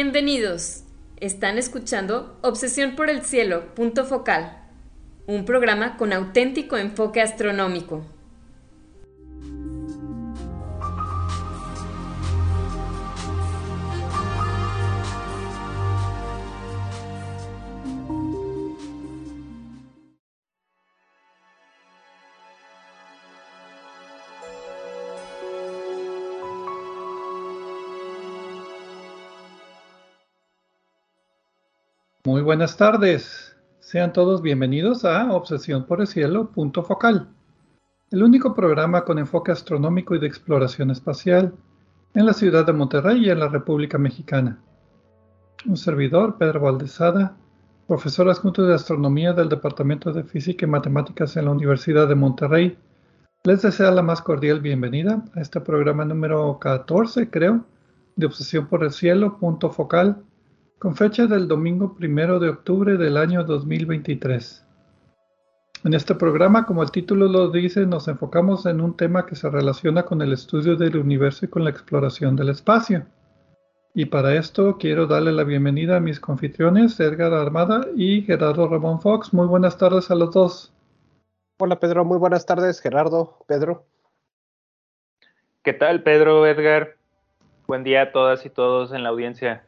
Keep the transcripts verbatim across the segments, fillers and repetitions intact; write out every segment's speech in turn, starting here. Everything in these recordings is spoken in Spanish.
Bienvenidos. Están escuchando Obsesión por el Cielo, punto focal, un programa con auténtico enfoque astronómico. Muy buenas tardes. Sean todos bienvenidos a Obsesión por el Cielo, punto focal, el único programa con enfoque astronómico y de exploración espacial en la ciudad de Monterrey y en la República Mexicana. Un servidor, Pedro Valdezada, profesor adjunto de Astronomía del Departamento de Física y Matemáticas en la Universidad de Monterrey, les desea la más cordial bienvenida a este programa número catorce, creo, de Obsesión por el Cielo, punto focal, con fecha del domingo primero de octubre del año dos mil veintitrés. En este programa, como el título lo dice, nos enfocamos en un tema que se relaciona con el estudio del universo y con la exploración del espacio. Y para esto quiero darle la bienvenida a mis confitriones, Edgar Armada y Gerardo Ramón Fox. Muy buenas tardes a los dos. Hola Pedro, muy buenas tardes, Gerardo, Pedro. ¿Qué tal, Pedro, Edgar? Buen día a todas y todos en la audiencia.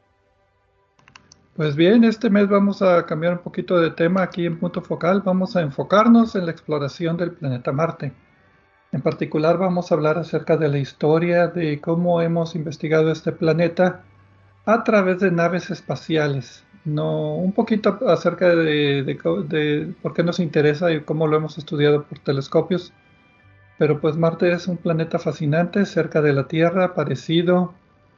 Pues bien, este mes vamos a cambiar un poquito de tema aquí en Punto Focal. Vamos a enfocarnos en la exploración del planeta Marte. En particular vamos a hablar acerca de la historia de cómo hemos investigado este planeta a través de naves espaciales. No, un poquito acerca de, de, de por qué nos interesa y cómo lo hemos estudiado por telescopios. Pero pues Marte es un planeta fascinante, cerca de la Tierra, parecido.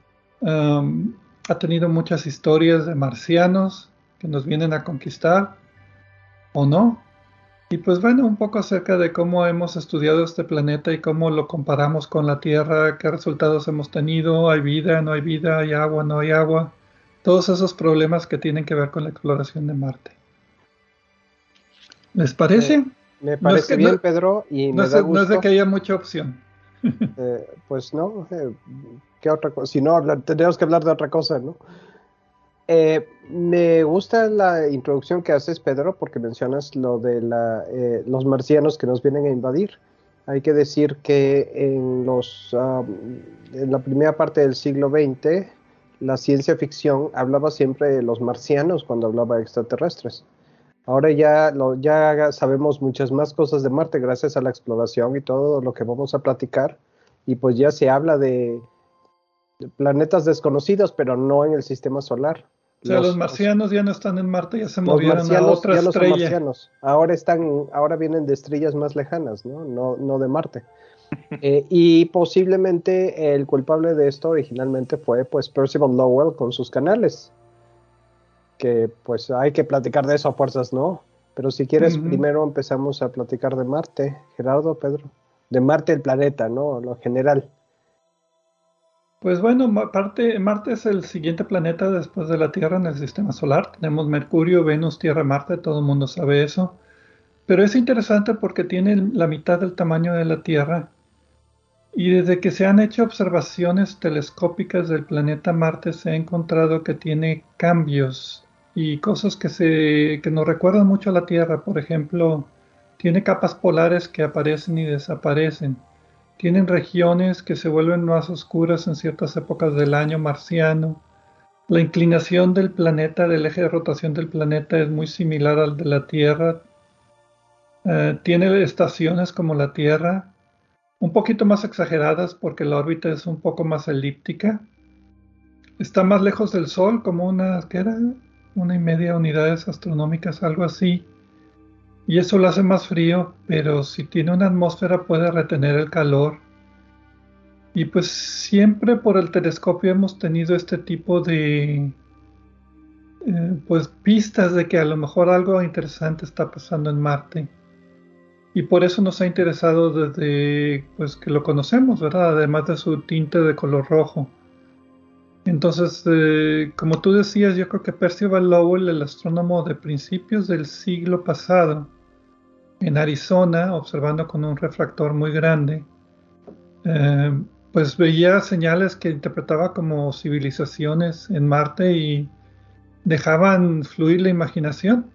Um, ha tenido muchas historias de marcianos que nos vienen a conquistar, o no. Y pues bueno, un poco acerca de cómo hemos estudiado este planeta y cómo lo comparamos con la Tierra, qué resultados hemos tenido, hay vida, no hay vida, hay agua, no hay agua. Todos esos problemas que tienen que ver con la exploración de Marte. ¿Les parece? Eh, me parece no es que, bien, no, Pedro, y no me es, da gusto. No es de que haya mucha opción. Eh, pues no, eh, ¿qué otra cosa? Si no, tendríamos que hablar de otra cosa, ¿no? Eh, me gusta la introducción que haces, Pedro, porque mencionas lo de la, eh, los marcianos que nos vienen a invadir. Hay que decir que en, los, um, en la primera parte del siglo veinte, la ciencia ficción hablaba siempre de los marcianos cuando hablaba de extraterrestres. Ahora ya, lo, ya sabemos muchas más cosas de Marte gracias a la exploración y todo lo que vamos a platicar. Y pues ya se habla de, de planetas desconocidos, pero no en el sistema solar. O sea, los, los marcianos ya no están en Marte, ya se movieron a otra ya estrella. No son marcianos. Ahora, están, ahora vienen de estrellas más lejanas, ¿no? No, no de Marte. eh, y posiblemente el culpable de esto originalmente fue pues Percival Lowell con sus canales. Que pues hay que platicar de eso a fuerzas, ¿no? Pero si quieres, uh-huh. primero empezamos a platicar de Marte, Gerardo, Pedro. De Marte, el planeta, ¿no? Lo general. Pues bueno, Marte, Marte es el siguiente planeta después de la Tierra en el sistema solar. Tenemos Mercurio, Venus, Tierra, Marte, todo el mundo sabe eso. Pero es interesante porque tiene la mitad del tamaño de la Tierra. Y desde que se han hecho observaciones telescópicas del planeta Marte, se ha encontrado que tiene cambios y cosas que, se, que nos recuerdan mucho a la Tierra. Por ejemplo, tiene capas polares que aparecen y desaparecen. Tienen regiones que se vuelven más oscuras en ciertas épocas del año marciano. La inclinación del planeta, del eje de rotación del planeta, es muy similar al de la Tierra. Uh, tiene estaciones como la Tierra, un poquito más exageradas porque la órbita es un poco más elíptica. Está más lejos del Sol, como una, ¿qué era? Una y media unidades astronómicas, algo así. Y eso lo hace más frío, pero si tiene una atmósfera puede retener el calor. Y pues siempre por el telescopio hemos tenido este tipo de eh, pues pistas de que a lo mejor algo interesante está pasando en Marte. Y por eso nos ha interesado desde pues que lo conocemos, ¿verdad? Además de su tinte de color rojo. Entonces, eh, como tú decías, yo creo que Percival Lowell, el astrónomo de principios del siglo pasado, en Arizona, observando con un refractor muy grande, eh, pues veía señales que interpretaba como civilizaciones en Marte y dejaban fluir la imaginación.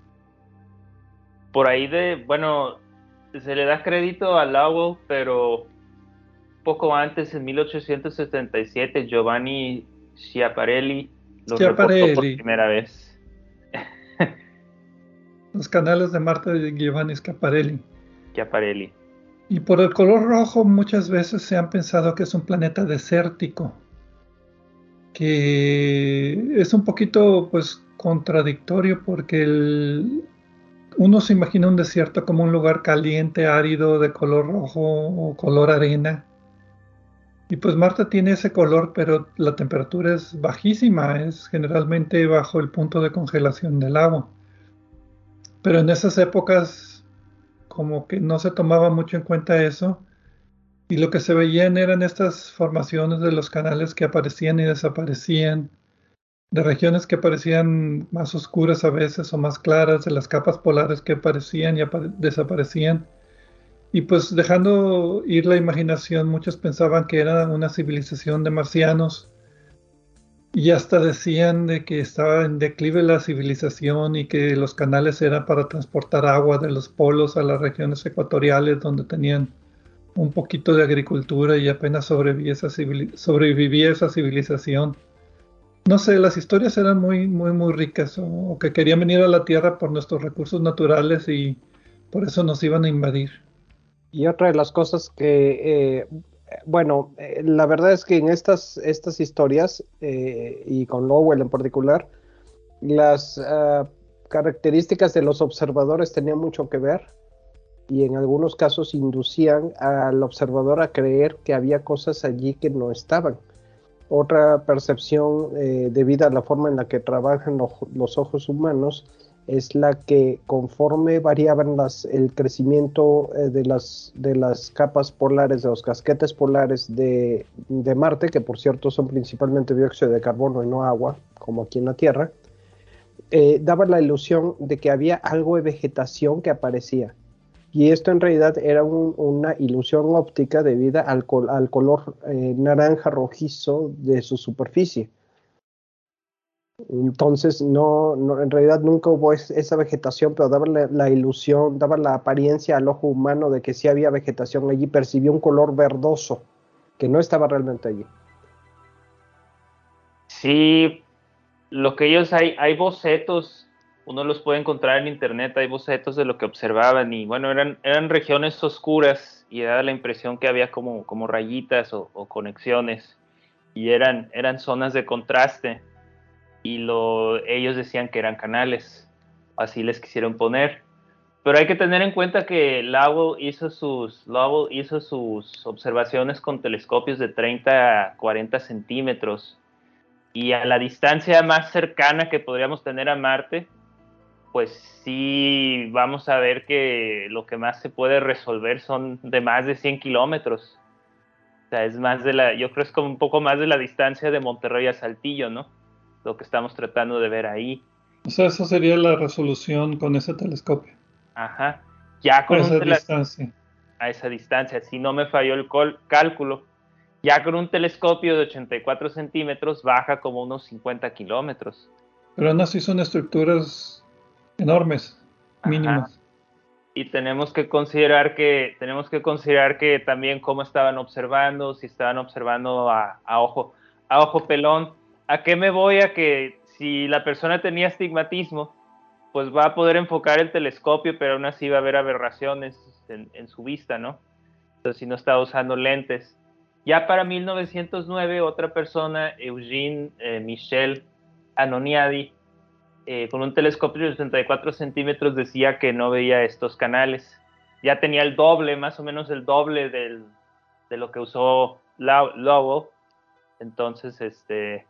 Por ahí de, bueno, se le da crédito a Lowell, pero poco antes, en mil ochocientos setenta y siete, Giovanni Schiaparelli lo reportó por Schiaparelli, primera vez. los canales de Marte de Giovanni Schiaparelli. Schiaparelli. Y por el color rojo muchas veces se han pensado que es un planeta desértico, que es un poquito pues contradictorio porque el, uno se imagina un desierto como un lugar caliente, árido, de color rojo o color arena. Y pues Marte tiene ese color, pero la temperatura es bajísima, es generalmente bajo el punto de congelación del agua. Pero en esas épocas como que no se tomaba mucho en cuenta eso, y lo que se veían eran estas formaciones de los canales que aparecían y desaparecían, de regiones que parecían más oscuras a veces o más claras, de las capas polares que aparecían y desaparecían. Y pues dejando ir la imaginación, muchos pensaban que era una civilización de marcianos y hasta decían de que estaba en declive la civilización y que los canales eran para transportar agua de los polos a las regiones ecuatoriales donde tenían un poquito de agricultura y apenas sobrevivía esa, civil, sobrevivía esa civilización. No sé, las historias eran muy, muy, muy ricas, o, o que querían venir a la Tierra por nuestros recursos naturales y por eso nos iban a invadir. Y otra de las cosas que, eh, bueno, eh, la verdad es que en estas, estas historias, eh, y con Lowell en particular, las uh, características de los observadores tenían mucho que ver y en algunos casos inducían al observador a creer que había cosas allí que no estaban. Otra percepción eh, debido a la forma en la que trabajan lo, los ojos humanos es la que conforme variaban las, el crecimiento eh, de, las, de las capas polares, de los casquetes polares de, de Marte, que por cierto son principalmente dióxido de carbono y no agua, como aquí en la Tierra, eh, daba la ilusión de que había algo de vegetación que aparecía. Y esto en realidad era un, una ilusión óptica debido al, col, al color eh, naranja rojizo de su superficie. Entonces, no, no, en realidad nunca hubo es, esa vegetación, pero daba la, la ilusión, daba la apariencia al ojo humano de que sí había vegetación allí, percibió un color verdoso que no estaba realmente allí. Sí, lo que ellos hay, hay bocetos, uno los puede encontrar en internet, hay bocetos de lo que observaban y bueno, eran, eran regiones oscuras y daba la impresión que había como, como rayitas o, o conexiones y eran, eran zonas de contraste y lo, ellos decían que eran canales, así les quisieron poner. Pero hay que tener en cuenta que Lowell hizo sus, Lowell hizo sus observaciones con telescopios de treinta a cuarenta centímetros y a la distancia más cercana que podríamos tener a Marte, pues sí vamos a ver que lo que más se puede resolver son de más de cien kilómetros. O sea, es más de la, yo creo que es como un poco más de la distancia de Monterrey a Saltillo, ¿no? Lo que estamos tratando de ver ahí. O sea, esa sería la resolución con ese telescopio. Ajá. Ya con a esa un tele- distancia. A esa distancia, si no me falló el cálculo, ya con un telescopio de ochenta y cuatro centímetros baja como unos cincuenta kilómetros. Pero aún así son estructuras enormes, mínimas. Ajá. Y tenemos que considerar que tenemos que considerar que también cómo estaban observando, si estaban observando a, a ojo a ojo pelón. ¿A qué me voy? A que si la persona tenía astigmatismo, pues va a poder enfocar el telescopio, pero aún así va a haber aberraciones en, en su vista, ¿no? Entonces, si no estaba usando lentes. Ya para mil novecientos nueve, otra persona, Eugene eh, Michel Anoniadi, eh, con un telescopio de sesenta y cuatro centímetros, decía que no veía estos canales. Ya tenía el doble, más o menos el doble del, de lo que usó Lowell. Entonces, este,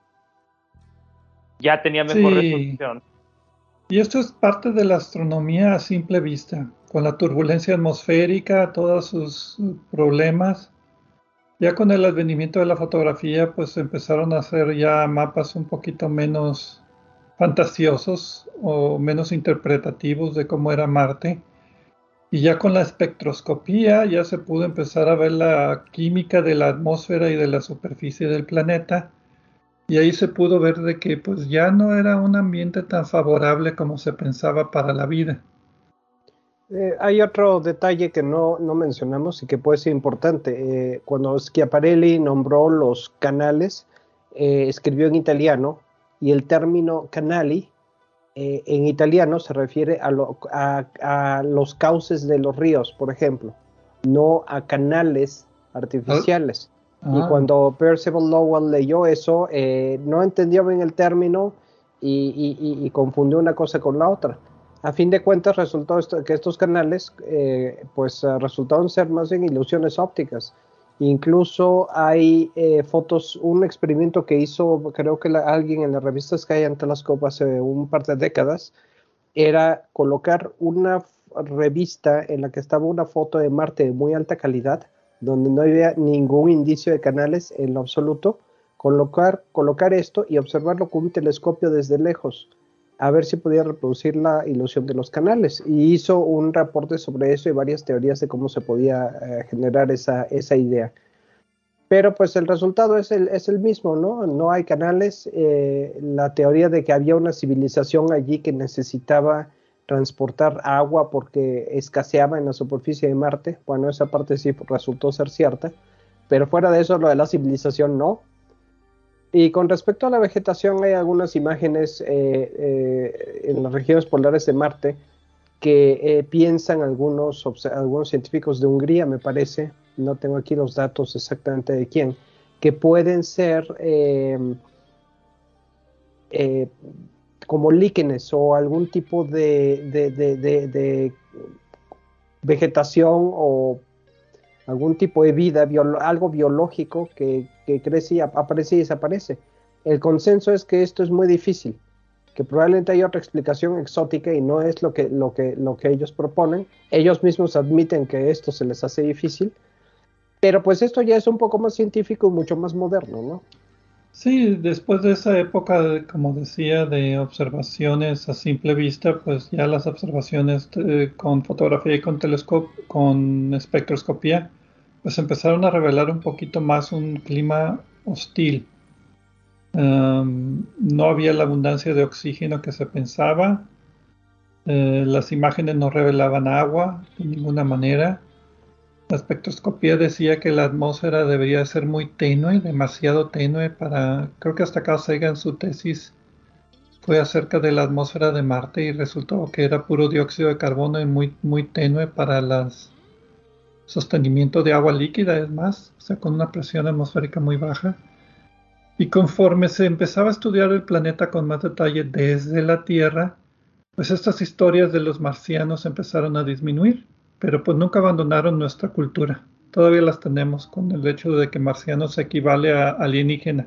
ya tenía mejor Sí. resolución. Y esto es parte de la astronomía a simple vista, con la turbulencia atmosférica, todos sus problemas. Ya con el advenimiento de la fotografía, pues empezaron a hacer ya mapas un poquito menos fantasiosos o menos interpretativos de cómo era Marte. Y ya con la espectroscopía ya se pudo empezar a ver la química de la atmósfera y de la superficie del planeta. Y ahí se pudo ver de que pues ya no era un ambiente tan favorable como se pensaba para la vida. Eh, hay otro detalle que no, no mencionamos y que puede ser importante. Eh, cuando Schiaparelli nombró los canales, eh, escribió en italiano y el término canali eh, en italiano se refiere a, lo, a, a los cauces de los ríos, por ejemplo, no a canales artificiales. Ah. Y cuando Percival Lowell leyó eso, eh, no entendió bien el término y, y, y confundió una cosa con la otra. A fin de cuentas resultó esto, que estos canales eh, pues uh, resultaron ser más bien ilusiones ópticas. Incluso hay eh, fotos, un experimento que hizo creo que la, alguien en la revista Sky and Telescope hace un par de décadas, era colocar una revista en la que estaba una foto de Marte de muy alta calidad, donde no había ningún indicio de canales en lo absoluto, colocar, colocar esto y observarlo con un telescopio desde lejos, a ver si podía reproducir la ilusión de los canales. Y hizo un reporte sobre eso y varias teorías de cómo se podía eh, generar esa, esa idea. Pero pues el resultado es el, es el mismo, ¿no? No hay canales. Eh, la teoría de que había una civilización allí que necesitaba transportar agua porque escaseaba en la superficie de Marte, bueno, esa parte sí resultó ser cierta, pero fuera de eso, lo de la civilización no. Y con respecto a la vegetación, hay algunas imágenes eh, eh, en las regiones polares de Marte que eh, piensan algunos, algunos científicos de Hungría, me parece, no tengo aquí los datos exactamente de quién, que pueden ser eh, eh, como líquenes o algún tipo de, de, de, de, de vegetación o algún tipo de vida, biolo algo biológico que, que crece y aparece y desaparece. El consenso es que esto es muy difícil, que probablemente hay otra explicación exótica y no es lo que, lo que, lo que ellos proponen. Ellos mismos admiten que esto se les hace difícil, pero pues esto ya es un poco más científico y mucho más moderno, ¿no? Sí, después de esa época, como decía, de observaciones a simple vista, pues ya las observaciones eh, con fotografía y con telescopio, con espectroscopía, pues empezaron a revelar un poquito más un clima hostil. Um, no había la abundancia de oxígeno que se pensaba. Eh, las imágenes no revelaban agua de ninguna manera. La espectroscopía decía que la atmósfera debería ser muy tenue, demasiado tenue para... Creo que hasta Carl Sagan su tesis fue acerca de la atmósfera de Marte y resultó que era puro dióxido de carbono y muy, muy tenue para el sostenimiento de agua líquida, es más, o sea, con una presión atmosférica muy baja. Y conforme se empezaba a estudiar el planeta con más detalle desde la Tierra, pues estas historias de los marcianos empezaron a disminuir. Pero pues nunca abandonaron nuestra cultura. Todavía las tenemos con el hecho de que marciano se equivale a alienígena.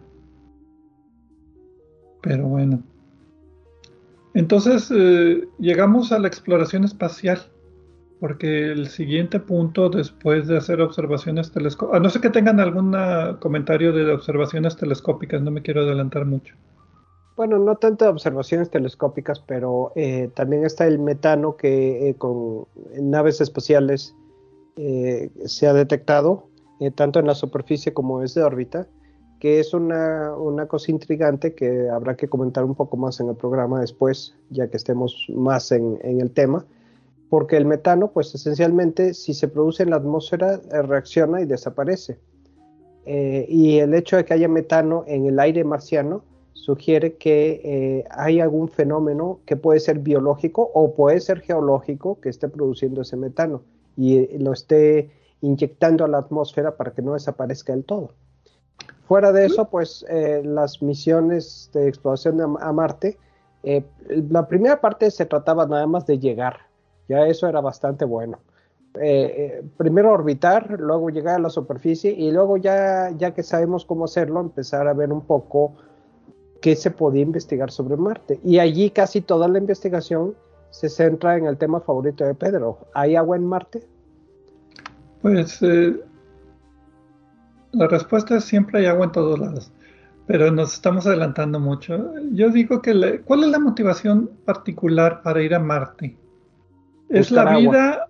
Pero bueno. Entonces eh, llegamos a la exploración espacial. Porque el siguiente punto después de hacer observaciones telescópicas... Ah, no sé que tengan algún comentario de observaciones telescópicas. No me quiero adelantar mucho. Bueno, no tanto observaciones telescópicas, pero eh, también está el metano que eh, con naves espaciales eh, se ha detectado, eh, tanto en la superficie como desde órbita, que es una, una cosa intrigante que habrá que comentar un poco más en el programa después, ya que estemos más en, en el tema, porque el metano, pues esencialmente, si se produce en la atmósfera, eh, reacciona y desaparece. Eh, y el hecho de que haya metano en el aire marciano sugiere que eh, hay algún fenómeno que puede ser biológico o puede ser geológico que esté produciendo ese metano y eh, lo esté inyectando a la atmósfera para que no desaparezca del todo. Fuera de eso, pues eh, las misiones de exploración a, a Marte, eh, la primera parte se trataba nada más de llegar, ya eso era bastante bueno. Eh, eh, primero orbitar, luego llegar a la superficie y luego ya, ya que sabemos cómo hacerlo, empezar a ver un poco qué se podía investigar sobre Marte. Y allí casi toda la investigación se centra en el tema favorito de Pedro. ¿Hay agua en Marte? Pues eh, la respuesta es siempre hay agua en todos lados, pero nos estamos adelantando mucho. Yo digo que, le, ¿cuál es la motivación particular para ir a Marte? ¿Es la vida,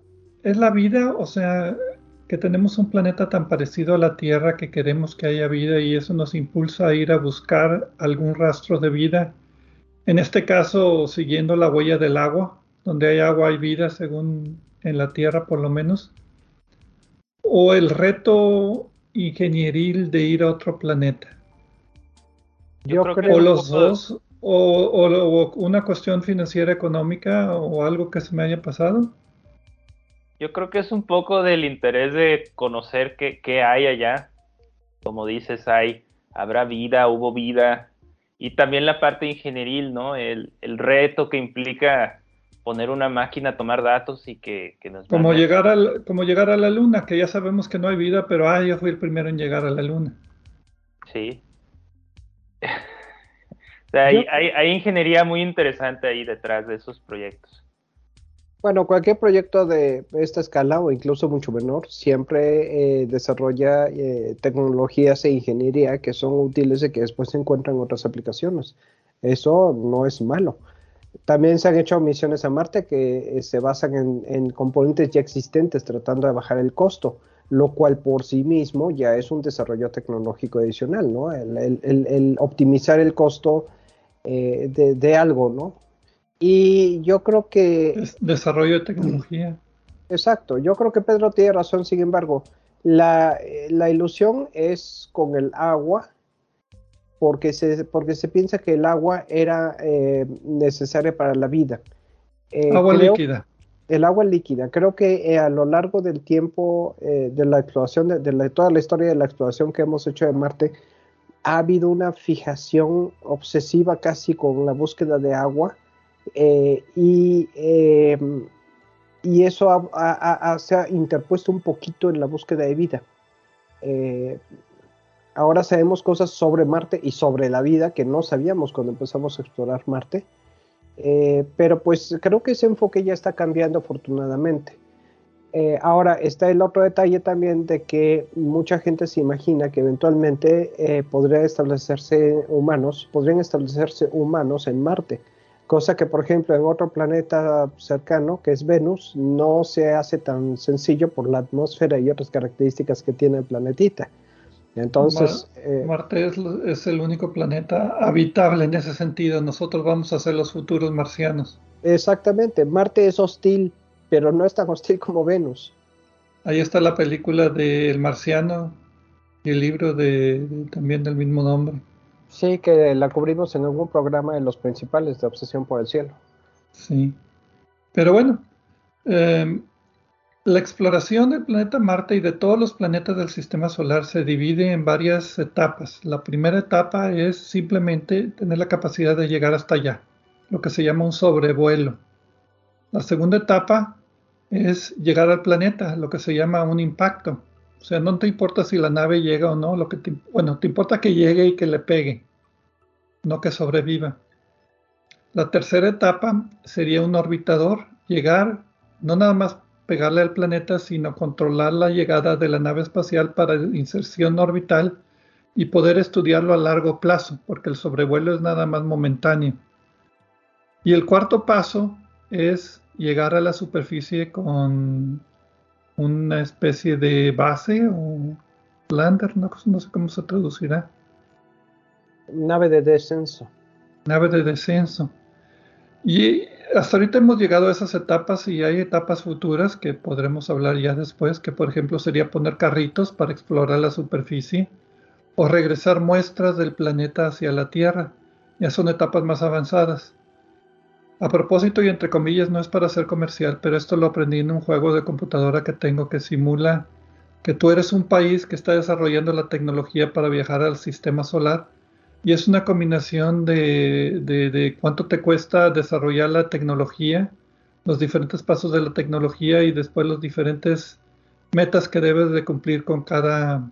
es la vida, o sea, que tenemos un planeta tan parecido a la Tierra que queremos que haya vida y eso nos impulsa a ir a buscar algún rastro de vida. En este caso, siguiendo la huella del agua, donde hay agua hay vida, según en la Tierra por lo menos. O el reto ingenieril de ir a otro planeta. Yo creo que creo O un los poco- dos, o, o- o una cuestión financiera económica o algo que se me haya pasado. Yo creo que es un poco del interés de conocer qué, qué hay allá. Como dices, hay, habrá vida, hubo vida. Y también la parte ingenieril, ¿no? El, el reto que implica poner una máquina a tomar datos y que, que nos Como mande. llegar, al, como llegar a la luna, que ya sabemos que no hay vida, pero ah, yo fui el primero en llegar a la luna. Sí. O sea, Yo hay, hay, hay ingeniería muy interesante ahí detrás de esos proyectos. Bueno, cualquier proyecto de esta escala o incluso mucho menor siempre eh, desarrolla eh, tecnologías e ingeniería que son útiles y que después se encuentran en otras aplicaciones. Eso no es malo. También se han hecho misiones a Marte que eh, se basan en, en componentes ya existentes tratando de bajar el costo, lo cual por sí mismo ya es un desarrollo tecnológico adicional, ¿no? El, el- el- el optimizar el costo eh, de, de algo, ¿no? Y yo creo que Es desarrollo de tecnología. exacto, yo creo que Pedro tiene razón, sin embargo, la, eh, la ilusión es con el agua, porque se, porque se piensa que el agua era eh, necesaria para la vida. Eh, Agua creo líquida. el agua líquida, creo que eh, a lo largo del tiempo eh, de la exploración, de, de la- toda la historia de la exploración que hemos hecho de Marte, ha habido una fijación obsesiva casi con la búsqueda de agua eh, y eh, y eso ha, ha, ha, se ha interpuesto un poquito en la búsqueda de vida. Eh, ahora sabemos cosas sobre Marte y sobre la vida que no sabíamos cuando empezamos a explorar Marte, eh, pero pues creo que ese enfoque ya está cambiando afortunadamente. Eh, ahora está el otro detalle también de que mucha gente se imagina que eventualmente eh, podría establecerse humanos, podrían establecerse humanos en Marte, cosa que por ejemplo en otro planeta cercano que es Venus no se hace tan sencillo por la atmósfera y otras características que tiene el planetita. Mar- Entonces, eh, Marte es, es el único planeta habitable en ese sentido. Nosotros vamos a ser los futuros marcianos. exactamente, Marte es hostil, pero no es tan hostil como Venus. Ahí está la película de El Marciano y el libro de, de- también del mismo nombre. Sí, que la cubrimos en algún programa de los principales de Obsesión por el Cielo. Sí. Pero bueno, eh, la exploración del planeta Marte y de todos los planetas del sistema solar se divide en varias etapas. La primera etapa es simplemente tener la capacidad de llegar hasta allá, lo que se llama un sobrevuelo. La segunda etapa es llegar al planeta, lo que se llama un impacto. O sea, no te importa si la nave llega o no, lo que te, bueno, te importa que llegue y que le pegue, no que sobreviva. La tercera etapa sería un orbitador, llegar, no nada más pegarle al planeta, sino controlar la llegada de la nave espacial para inserción orbital y poder estudiarlo a largo plazo, porque el sobrevuelo es nada más momentáneo. Y el cuarto paso es llegar a la superficie con una especie de base o lander, no, no sé cómo se traducirá, Nave de descenso. nave de descenso. Y hasta ahorita hemos llegado a esas etapas y hay etapas futuras que podremos hablar ya después, que por ejemplo sería poner carritos para explorar la superficie o regresar muestras del planeta hacia la Tierra. Ya son etapas más avanzadas. A propósito y entre comillas, no es para ser comercial, pero esto lo aprendí en un juego de computadora que tengo que simula que tú eres un país que está desarrollando la tecnología para viajar al sistema solar y es una combinación de, de, de cuánto te cuesta desarrollar la tecnología, los diferentes pasos de la tecnología y después los diferentes metas que debes de cumplir con cada,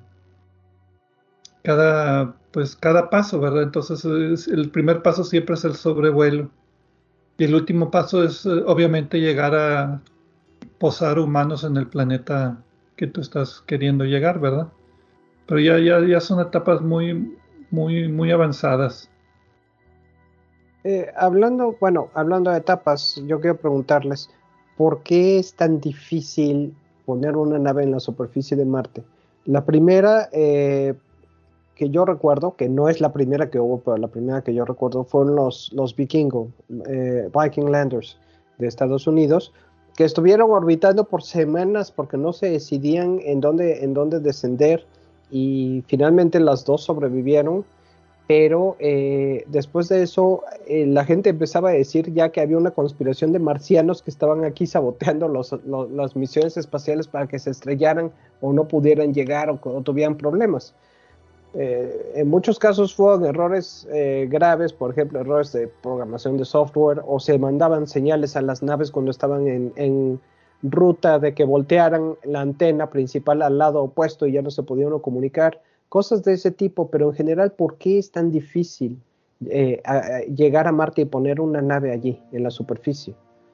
cada, pues, cada paso, ¿verdad? Entonces es- el primer paso siempre es el sobrevuelo. Y el último paso es, eh, obviamente, llegar a posar humanos en el planeta que tú estás queriendo llegar, ¿verdad? Pero ya, ya, ya son etapas muy, muy, muy avanzadas. Eh, hablando, bueno, hablando de etapas, yo quiero preguntarles, ¿por qué es tan difícil poner una nave en la superficie de Marte? La primera eh, que yo recuerdo, que no es la primera que hubo, pero la primera que yo recuerdo fueron los, los vikingos, eh, Viking Landers de Estados Unidos, que estuvieron orbitando por semanas porque no se decidían en dónde, en dónde descender, y finalmente las dos sobrevivieron. Pero eh, después de eso eh, la gente empezaba a decir ya que había una conspiración de marcianos que estaban aquí saboteando los, los, las misiones espaciales para que se estrellaran o no pudieran llegar o, o tuvieran problemas. Eh, en muchos casos fueron errores eh, graves, por ejemplo errores de programación de software, o se mandaban señales a las naves cuando estaban en, en ruta de que voltearan la antena principal al lado opuesto y ya no se podía uno comunicar. Cosas de ese tipo, pero en general, ¿por qué es tan difícil eh, a, a llegar a Marte y poner una nave allí, en la superficie?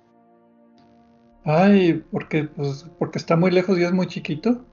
Ay, porque, pues, porque está muy lejos y es muy chiquito.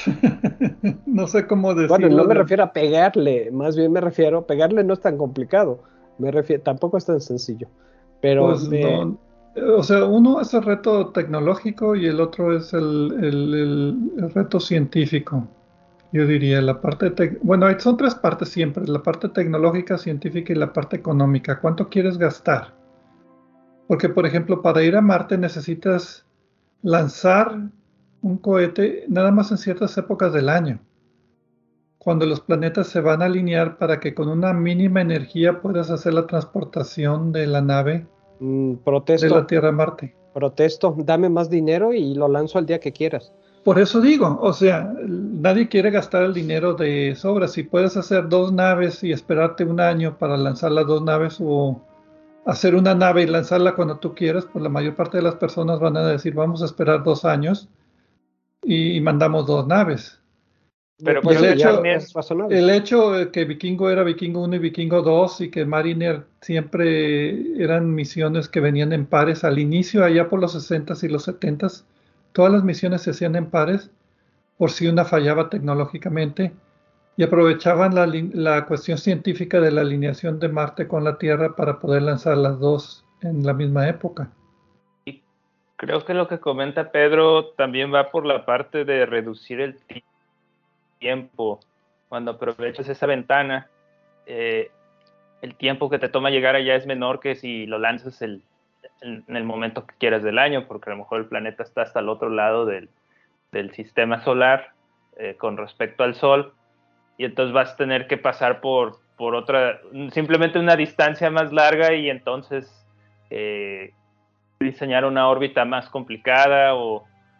No sé cómo decirlo. Bueno, no me refiero a pegarle, más bien me refiero, a pegarle no es tan complicado, me refiero, tampoco es tan sencillo, pero Pues me, no, o sea, uno es el reto tecnológico y el otro es el, el- el- el reto científico. Yo diría la parte, tec- bueno, hay- son tres partes siempre, la parte tecnológica, científica y la parte económica. ¿Cuánto quieres gastar? Porque, por ejemplo, para ir a Marte necesitas lanzar un cohete nada más en ciertas épocas del año, cuando los planetas se van a alinear para que con una mínima energía puedas hacer la transportación de la nave mm, de la protesto, Tierra a Marte. protesto, dame más dinero y lo lanzo al día que quieras. Por eso digo, o sea, nadie quiere gastar el dinero de sobra. Si puedes hacer dos naves y esperarte un año para lanzar las dos naves, o hacer una nave y lanzarla cuando tú quieras, pues la mayor parte de las personas van a decir, vamos a esperar dos años y, y mandamos dos naves. Pero Y Pues el creo sí, que ya hecho, también, es razonable. el hecho de que Vikingo era Vikingo uno y Vikingo dos y que Mariner siempre eran misiones que venían en pares. Al inicio, allá por los sesentas y los setentas, todas las misiones se hacían en pares por si una fallaba tecnológicamente, y aprovechaban la, la cuestión científica de la alineación de Marte con la Tierra para poder lanzar las dos en la misma época. y creo que lo que comenta Pedro también va por la parte de reducir el tiempo. Cuando aprovechas esa ventana, eh, el tiempo que te toma llegar allá es menor que si lo lanzas el, en, en el momento que quieras del año, porque a lo mejor el planeta está hasta el otro lado del, del sistema solar eh, con respecto al Sol, y entonces vas a tener que pasar por, por otra, simplemente una distancia más larga, y entonces eh, diseñar una órbita más complicada, o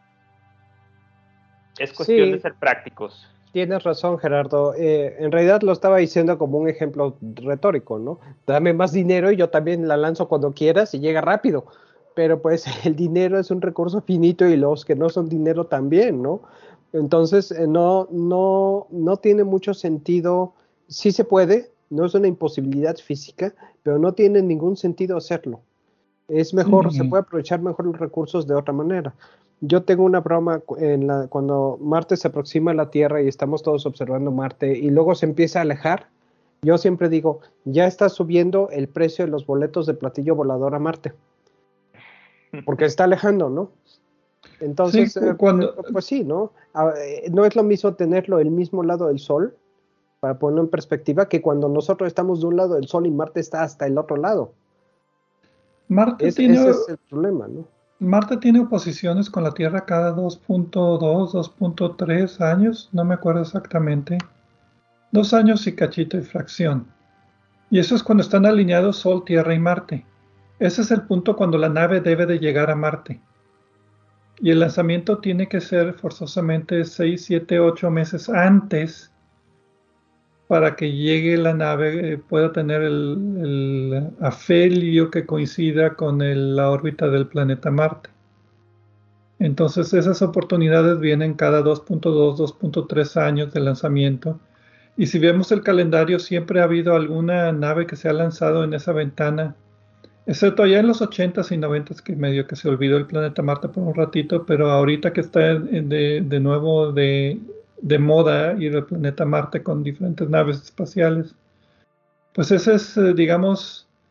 es cuestión de Sí, ser prácticos. tienes razón, Gerardo. Eh, en realidad lo estaba diciendo como un ejemplo retórico, ¿no? Dame más dinero y yo también la lanzo cuando quieras y llega rápido. Pero pues el dinero es un recurso finito y los que no son dinero también, ¿no? Entonces eh, no, no, no tiene mucho sentido. Sí se puede, no es una imposibilidad física, pero no tiene ningún sentido hacerlo. Es mejor, se Sí. puede aprovechar mejor los recursos de otra manera. Yo tengo una broma en la, cuando Marte se aproxima a la Tierra y estamos todos observando Marte y luego se empieza a alejar. Yo siempre digo, ya está subiendo el precio de los boletos de platillo volador a Marte, porque está alejando, ¿no? Sí, Entonces, eh, eh, cuando, pues sí, ¿no? Ah, eh, no es lo mismo tenerlo el mismo lado del Sol, para ponerlo en perspectiva, que cuando nosotros estamos de un lado del Sol y Marte está hasta el otro lado. Marte Es, tiene, ese es el problema, ¿no? Marte tiene oposiciones con la Tierra cada dos punto dos, dos punto tres años, no me acuerdo exactamente. Dos años y cachito y fracción. Y eso es cuando están alineados Sol, Tierra y Marte. Ese es el punto cuando la nave debe de llegar a Marte. Y el lanzamiento tiene que ser forzosamente seis, siete, ocho meses antes para que llegue la nave, eh, pueda tener el, el afelio que coincida con el, la órbita del planeta Marte. Entonces esas oportunidades vienen cada dos punto dos, dos punto tres años de lanzamiento. Y si vemos el calendario, siempre ha habido alguna nave que se ha lanzado en esa ventana, excepto allá en los ochentas y noventas, que medio que se olvidó el planeta Marte por un ratito, pero ahorita que está de, de nuevo de, de moda ir al planeta Marte con diferentes naves espaciales, pues ese es, eh, digamos,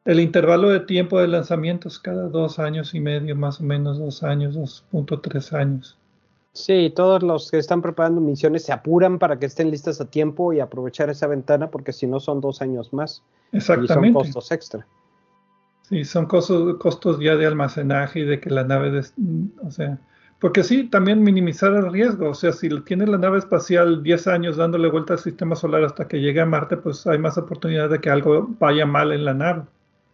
El intervalo de tiempo de lanzamientos cada dos años y medio, más o menos dos años, dos punto tres años. Sí, todos los que están preparando misiones se apuran para que estén listas a tiempo y aprovechar esa ventana, porque si no son dos años más. Exactamente. Y son costos extra. Sí, son costos, costos ya de almacenaje y de que la nave, des, o sea, porque sí, también minimizar el riesgo, o sea, si tienes la nave espacial diez años dándole vuelta al sistema solar hasta que llegue a Marte, pues hay más oportunidad de que algo vaya mal en la nave.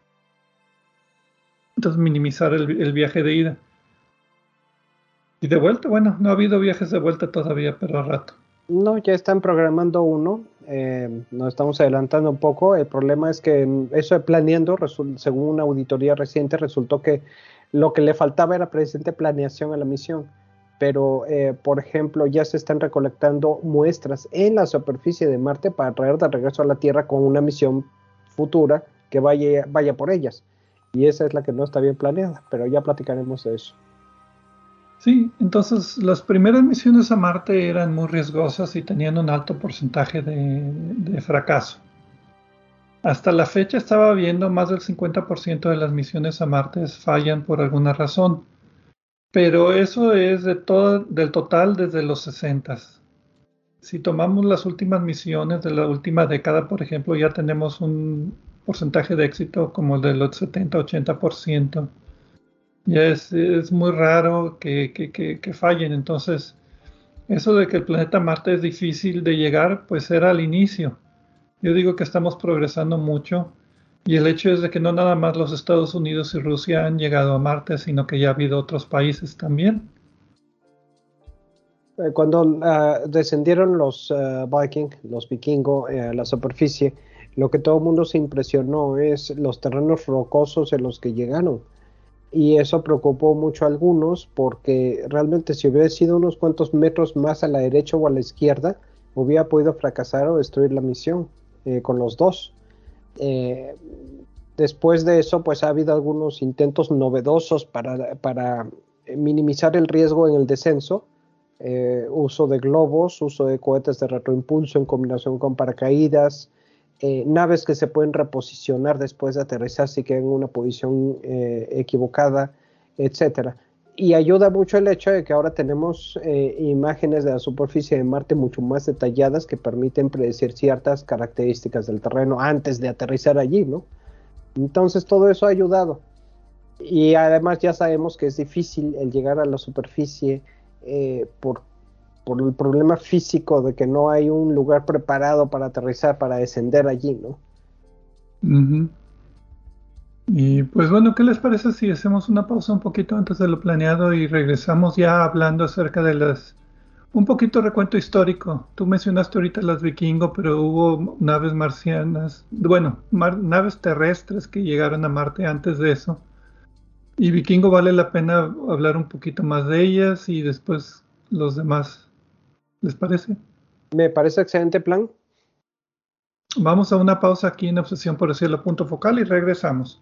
Entonces minimizar el, el viaje de ida. Y de vuelta, bueno, no ha habido viajes de vuelta todavía, pero a rato. No, ya están programando uno, eh, nos estamos adelantando un poco. El problema es que eso de planeando, según una auditoría reciente, resultó que lo que le faltaba era precisamente planeación a la misión. Pero, eh, por ejemplo, ya se están recolectando muestras en la superficie de Marte para traer de regreso a la Tierra con una misión futura que vaya, vaya por ellas. Y esa es la que no está bien planeada, pero ya platicaremos de eso. Sí, entonces las primeras misiones a Marte eran muy riesgosas y tenían un alto porcentaje de, de fracaso. Hasta la fecha estaba viendo más del cincuenta por ciento de las misiones a Marte fallan por alguna razón, pero eso es de todo, del total desde los sesentas. Si tomamos las últimas misiones de la última década, por ejemplo, ya tenemos un porcentaje de éxito como el del setenta a ochenta por ciento. Ya es, es muy raro que, que, que, que fallen. Entonces, eso de que el planeta Marte es difícil de llegar, pues era al inicio. Yo digo que estamos progresando mucho y el hecho es de que no nada más los Estados Unidos y Rusia han llegado a Marte, sino que ya ha habido otros países también. Cuando uh, descendieron los uh, Viking, los vikingos uh, a la superficie, lo que todo el mundo se impresionó es los terrenos rocosos en los que llegaron. Y eso preocupó mucho a algunos porque realmente si hubiera sido unos cuantos metros más a la derecha o a la izquierda, hubiera podido fracasar o destruir la misión eh, con los dos. Eh, después de eso, pues ha habido algunos intentos novedosos para, para minimizar el riesgo en el descenso. Eh, uso de globos, uso de cohetes de retroimpulso en combinación con paracaídas, Eh, naves que se pueden reposicionar después de aterrizar si quedan en una posición eh, equivocada, etcétera. Y ayuda mucho el hecho de que ahora tenemos eh, imágenes de la superficie de Marte mucho más detalladas que permiten predecir ciertas características del terreno antes de aterrizar allí, ¿no? Entonces todo eso ha ayudado. Y además ya sabemos que es difícil el llegar a la superficie eh, por por el problema físico de que no hay un lugar preparado para aterrizar, para descender allí, ¿no? Uh-huh. Y pues bueno, ¿qué les parece si hacemos una pausa un poquito antes de lo planeado y regresamos ya hablando acerca de las... un poquito recuento histórico? Tú mencionaste ahorita las Vikingo, pero hubo naves marcianas, bueno, mar, naves terrestres que llegaron a Marte antes de eso. Y Vikingo vale la pena hablar un poquito más de ellas y después los demás. ¿Les parece? Me parece excelente plan. Vamos a una pausa aquí en Obsesión por el Cielo punto focal y regresamos.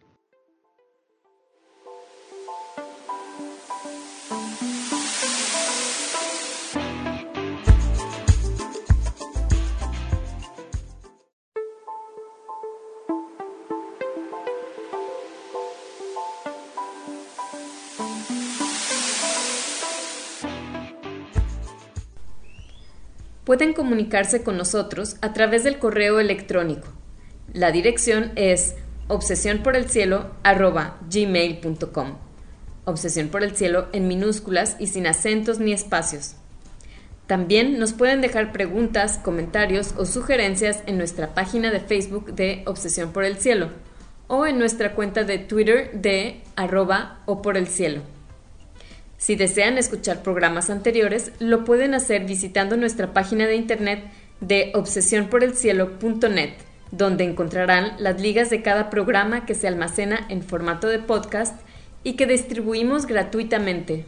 Pueden comunicarse con nosotros a través del correo electrónico. La dirección es obsesión por el cielo arroba gmail punto com. Obsesión por el cielo en minúsculas y sin acentos ni espacios. También nos pueden dejar preguntas, comentarios o sugerencias en nuestra página de Facebook de Obsesión por el Cielo o en nuestra cuenta de Twitter de arroba o por el cielo. Si desean escuchar programas anteriores, lo pueden hacer visitando nuestra página de internet de obsesión por el cielo punto net, donde encontrarán las ligas de cada programa que se almacena en formato de podcast y que distribuimos gratuitamente.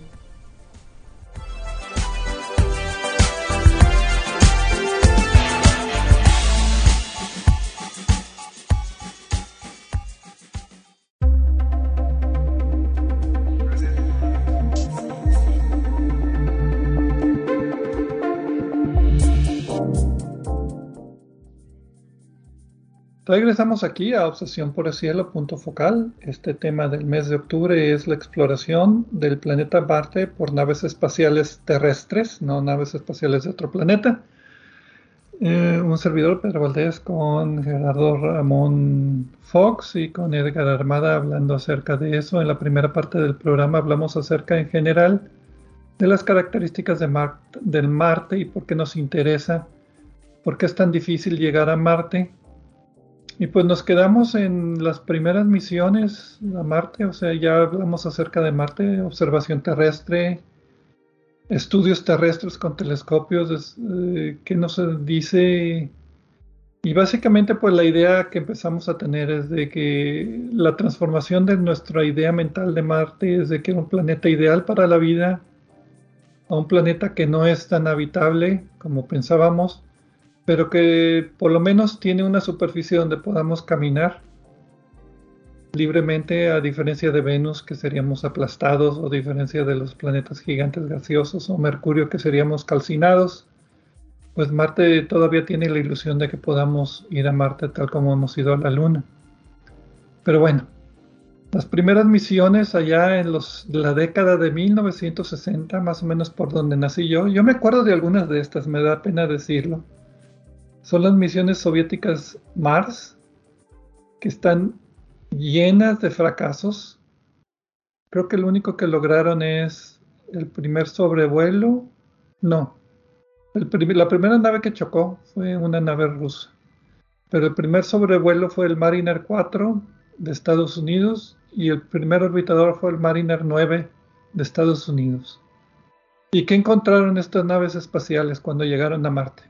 Regresamos aquí a Obsesión por el Cielo, punto focal. Este tema del mes de octubre es la exploración del planeta Marte por naves espaciales terrestres, no naves espaciales de otro planeta. Eh, un servidor, Pedro Valdés, con Gerardo Ramón Fox y con Edgar Armada hablando acerca de eso. En la primera parte del programa hablamos acerca en general de las características de Mar- del Marte y por qué nos interesa, por qué es tan difícil llegar a Marte. Y pues nos quedamos en las primeras misiones a Marte, o sea, ya hablamos acerca de Marte, observación terrestre, estudios terrestres con telescopios, eh, que nos dice, y básicamente pues la idea que empezamos a tener es de que la transformación de nuestra idea mental de Marte es de que era un planeta ideal para la vida, a un planeta que no es tan habitable como pensábamos, pero que por lo menos tiene una superficie donde podamos caminar libremente, a diferencia de Venus, que seríamos aplastados, o a diferencia de los planetas gigantes gaseosos, o Mercurio, que seríamos calcinados. Pues Marte todavía tiene la ilusión de que podamos ir a Marte tal como hemos ido a la Luna. Pero bueno, las primeras misiones allá en los, la década de mil novecientos sesenta, más o menos por donde nací yo, yo me acuerdo de algunas de estas, me da pena decirlo. Son las misiones soviéticas Mars, que están llenas de fracasos. Creo que lo único que lograron es el primer sobrevuelo. No, el prim- la primera nave que chocó fue una nave rusa. Pero el primer sobrevuelo fue el Mariner cuatro de Estados Unidos y el primer orbitador fue el Mariner nueve de Estados Unidos. ¿Y qué encontraron estas naves espaciales cuando llegaron a Marte?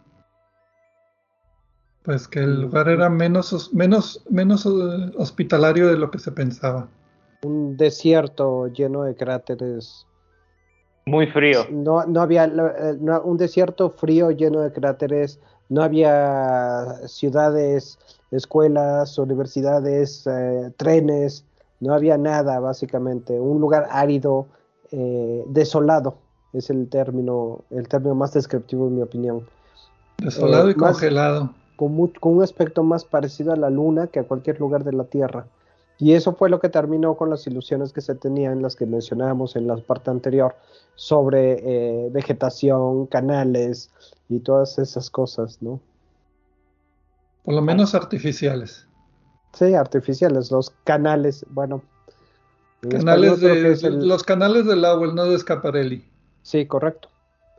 Pues que el lugar era menos, menos, menos eh, hospitalario de lo que se pensaba. Un desierto lleno de cráteres. Muy frío. No, no había eh, no, un desierto frío lleno de cráteres. No había ciudades, escuelas, universidades, eh, trenes. No había nada, básicamente. Un lugar árido, eh, desolado. Es el término, el término más descriptivo en mi opinión. Desolado Eh, y más, congelado. Con, muy, con un aspecto más parecido a la Luna que a cualquier lugar de la Tierra. Y eso fue lo que terminó con las ilusiones que se tenían, las que mencionábamos en la parte anterior, sobre eh, vegetación, canales y todas esas cosas, ¿no? Por lo menos artificiales. Sí, artificiales, los canales, bueno, en Canales español creo que de, es el... los canales del agua, el nodo de Schiaparelli. Sí, correcto.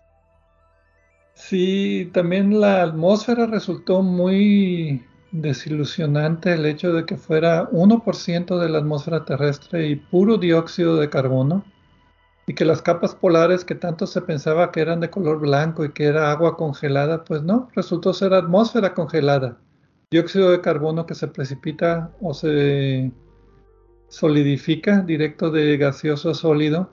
Sí, también la atmósfera resultó muy desilusionante, el hecho de que fuera uno por ciento de la atmósfera terrestre y puro dióxido de carbono, y que las capas polares que tanto se pensaba que eran de color blanco y que era agua congelada, pues no, resultó ser atmósfera congelada, dióxido de carbono que se precipita o se solidifica directo de gaseoso a sólido,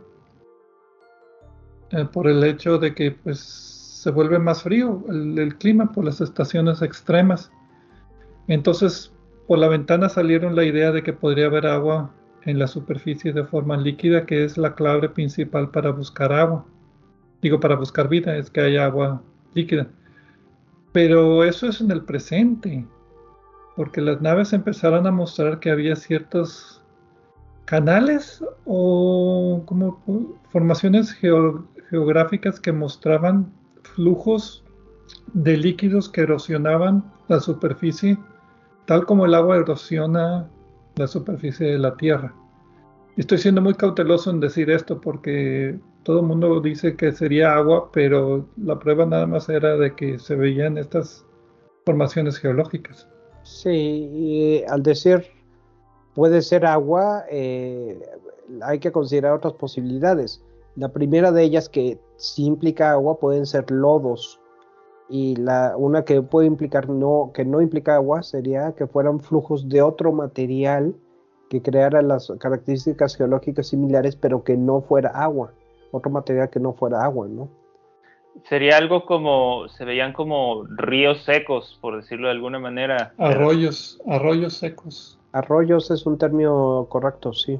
eh, por el hecho de que pues se vuelve más frío el, el clima por las estaciones extremas. Entonces, por la ventana salieron la idea de que podría haber agua en la superficie de forma líquida, que es la clave principal para buscar agua. Digo, para buscar vida, es que haya agua líquida. Pero eso es en el presente, porque las naves empezaron a mostrar que había ciertos canales o como formaciones geo- geográficas que mostraban flujos de líquidos que erosionaban la superficie, tal como el agua erosiona la superficie de la Tierra. Estoy siendo muy cauteloso en decir esto porque todo el mundo dice que sería agua, pero la prueba nada más era de que se veían estas formaciones geológicas. Sí, y al decir puede ser agua, eh, hay que considerar otras posibilidades. La primera de ellas, que sí implica agua, pueden ser lodos. Y la, una que puede implicar no, que no implica agua sería que fueran flujos de otro material que creara las características geológicas similares, pero que no fuera agua. Otro material que no fuera agua, ¿no? Sería algo como, se veían como ríos secos, por decirlo de alguna manera. Arroyos, arroyos secos. Arroyos es un término correcto, sí.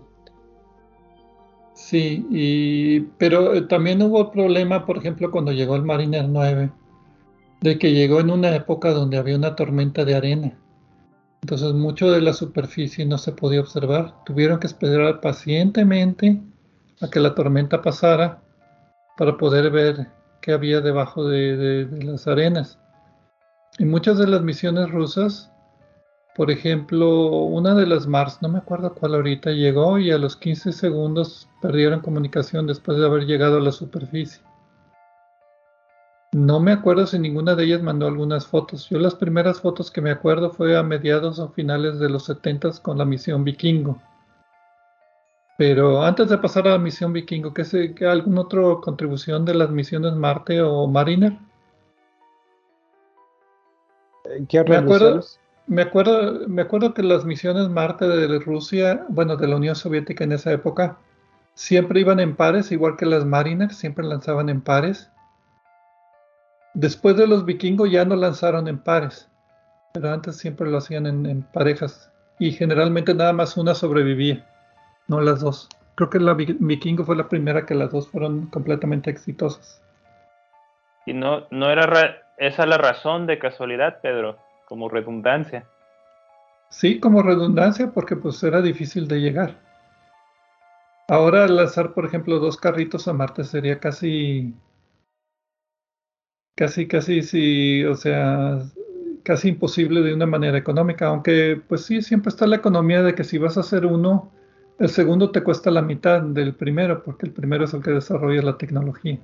Sí, y, pero eh, también hubo el problema, por ejemplo, cuando llegó el Mariner nueve, de que llegó en una época donde había una tormenta de arena. Entonces mucho de la superficie no se podía observar. Tuvieron que esperar pacientemente a que la tormenta pasara para poder ver qué había debajo de, de, de las arenas. Y muchas de las misiones rusas, por ejemplo, una de las Mars, no me acuerdo cuál ahorita, llegó y a los quince segundos perdieron comunicación después de haber llegado a la superficie. No me acuerdo si ninguna de ellas mandó algunas fotos. Yo las primeras fotos que me acuerdo fue a mediados o finales de los setentas con la misión Vikingo. Pero antes de pasar a la misión Vikingo, ¿qué sé, qué, ¿alguna otra contribución de las misiones Marte o Mariner? ¿Qué Me otras acuerdo, misiones? me acuerdo, me acuerdo que las misiones Marte de Rusia, bueno, de la Unión Soviética en esa época, siempre iban en pares, igual que las Mariner, siempre lanzaban en pares. Después de los Vikingos ya no lanzaron en pares, pero antes siempre lo hacían en, en parejas y generalmente nada más una sobrevivía, no las dos. Creo que la Vi- Vikingo fue la primera que las dos fueron completamente exitosas. Y no, no era ra- esa la razón de casualidad, Pedro, como redundancia. Sí, como redundancia, porque pues era difícil de llegar. Ahora lanzar, por ejemplo, dos carritos a Marte sería casi, casi, casi, sí, o sea, casi imposible de una manera económica, aunque pues sí, siempre está la economía de que si vas a hacer uno, el segundo te cuesta la mitad del primero, porque el primero es el que desarrolla la tecnología.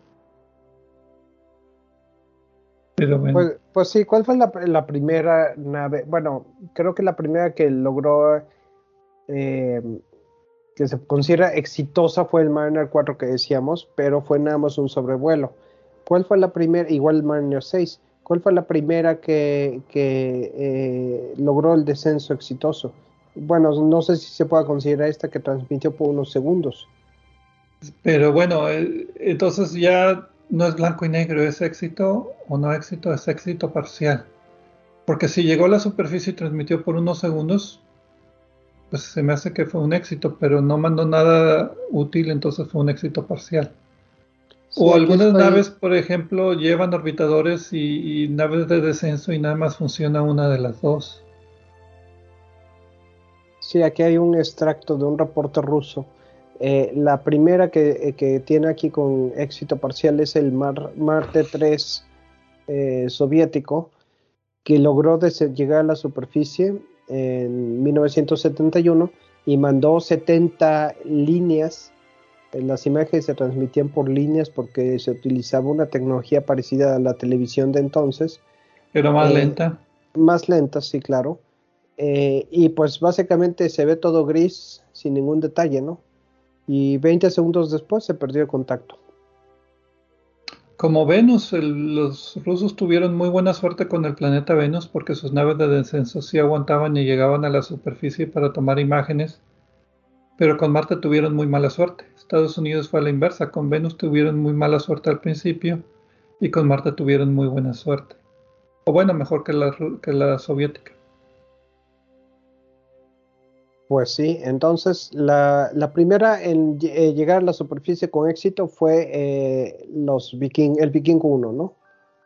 Pero bueno, Pues, pues sí, ¿cuál fue la, la primera nave? Bueno, creo que la primera que logró, eh, que se considera exitosa fue el Mariner cuatro que decíamos, pero fue nada más un sobrevuelo. ¿Cuál fue la primera? Igual el Mariner seis. ¿Cuál fue la primera que, que eh, logró el descenso exitoso? Bueno, no sé si se puede considerar esta que transmitió por unos segundos. pero bueno, eh, entonces ya no es blanco y negro, es éxito o no éxito, es éxito parcial. Porque si llegó a la superficie y transmitió por unos segundos, pues se me hace que fue un éxito, pero no mandó nada útil, entonces fue un éxito parcial. Sí, O aquí algunas estoy. naves, por ejemplo, llevan orbitadores y, y naves de descenso y nada más funciona una de las dos. Sí, aquí hay un extracto de un reporte ruso. Eh, la primera que, eh, que tiene aquí con éxito parcial es el Mar- Marte tres eh, soviético, que logró llegar a la superficie en mil novecientos setenta y uno y mandó setenta líneas. Las imágenes se transmitían por líneas porque se utilizaba una tecnología parecida a la televisión de entonces, Pero más eh, lenta. más lentas, sí, claro. Eh, y pues básicamente se ve todo gris, sin ningún detalle, ¿no? Y veinte segundos después se perdió el contacto. Como Venus, el- los rusos tuvieron muy buena suerte con el planeta Venus porque sus naves de descenso sí aguantaban y llegaban a la superficie para tomar imágenes, pero con Marte tuvieron muy mala suerte. Estados Unidos fue a la inversa, con Venus tuvieron muy mala suerte al principio y con Marte tuvieron muy buena suerte. O bueno, mejor que la, ru- que la soviética. Pues sí, entonces la, la primera en lle- eh, llegar a la superficie con éxito fue eh, los Viking, el Viking uno, ¿no?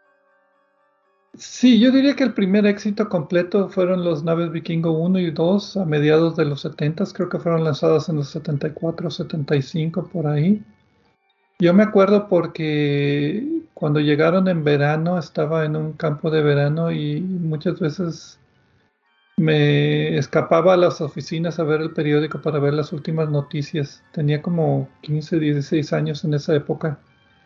Sí, yo diría que el primer éxito completo fueron los naves Vikingo uno y dos a mediados de los setenta, creo que fueron lanzadas en los setenta y cuatro, setenta y cinco por ahí. Yo me acuerdo porque cuando llegaron en verano estaba en un campo de verano y muchas veces me escapaba a las oficinas a ver el periódico para ver las últimas noticias. Tenía como quince, dieciséis años en esa época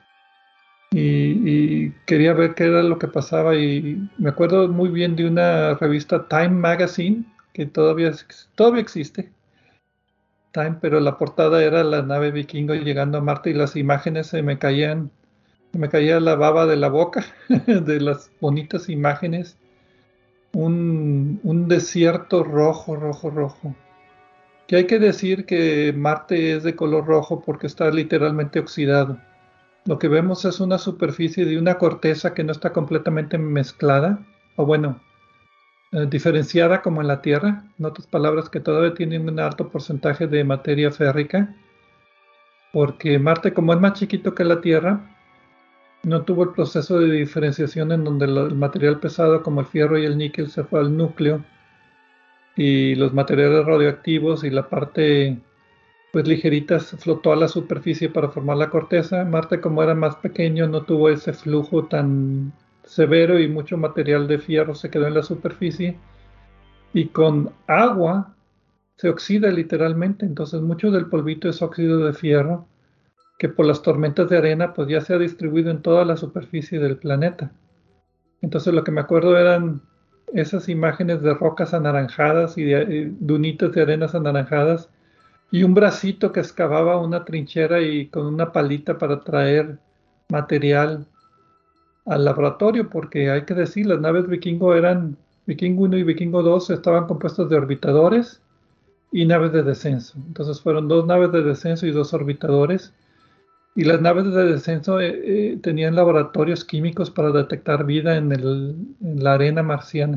y, y quería ver qué era lo que pasaba y me acuerdo muy bien de una revista Time Magazine que todavía, ex- todavía existe. Time, pero la portada era la nave vikingo llegando a Marte y las imágenes se me caían, se me caía la baba de la boca de las bonitas imágenes. Un, un desierto rojo, rojo, rojo. Que hay que decir que Marte es de color rojo porque está literalmente oxidado. Lo que vemos es una superficie de una corteza que no está completamente mezclada, o bueno, eh, diferenciada como en la Tierra. En otras palabras, que todavía tienen un alto porcentaje de materia férrica, porque Marte, como es más chiquito que la Tierra, no tuvo el proceso de diferenciación en donde lo- el material pesado como el fierro y el níquel se fue al núcleo y los materiales radioactivos y la parte pues ligerita flotó a la superficie para formar la corteza. Marte, como era más pequeño, no tuvo ese flujo tan severo y mucho material de fierro se quedó en la superficie, y con agua se oxida literalmente. Entonces mucho del polvito es óxido de fierro que por las tormentas de arena pues ya se ha distribuido en toda la superficie del planeta. Entonces lo que me acuerdo eran esas imágenes de rocas anaranjadas y de y dunitas de arenas anaranjadas, y un bracito que excavaba una trinchera y con una palita para traer material al laboratorio, porque hay que decir, las naves Vikingo eran, Vikingo uno y Vikingo dos estaban compuestas de orbitadores y naves de descenso. Entonces fueron dos naves de descenso y dos orbitadores. Y las naves de descenso eh, eh, tenían laboratorios químicos para detectar vida en, el, en la arena marciana.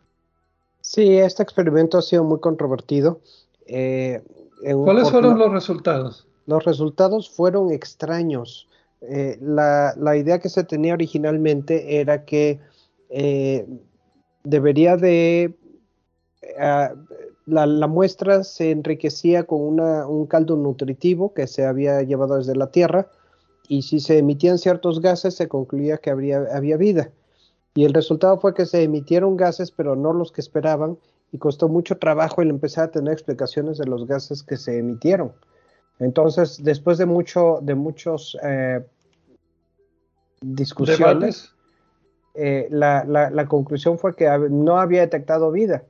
Sí, este experimento ha sido muy controvertido. Eh, en, ¿Cuáles fueron la, los resultados? Los resultados fueron extraños. Eh, la, la idea que se tenía originalmente era que eh, debería de... Uh, la, la muestra se enriquecía con una, un caldo nutritivo que se había llevado desde la Tierra, y si se emitían ciertos gases se concluía que habría, había vida. Y el resultado fue que se emitieron gases, pero no los que esperaban, y costó mucho trabajo el empezar a tener explicaciones de los gases que se emitieron. Entonces, después de, mucho, de muchos eh, discusiones, eh, la, la, la conclusión fue que no había detectado vida.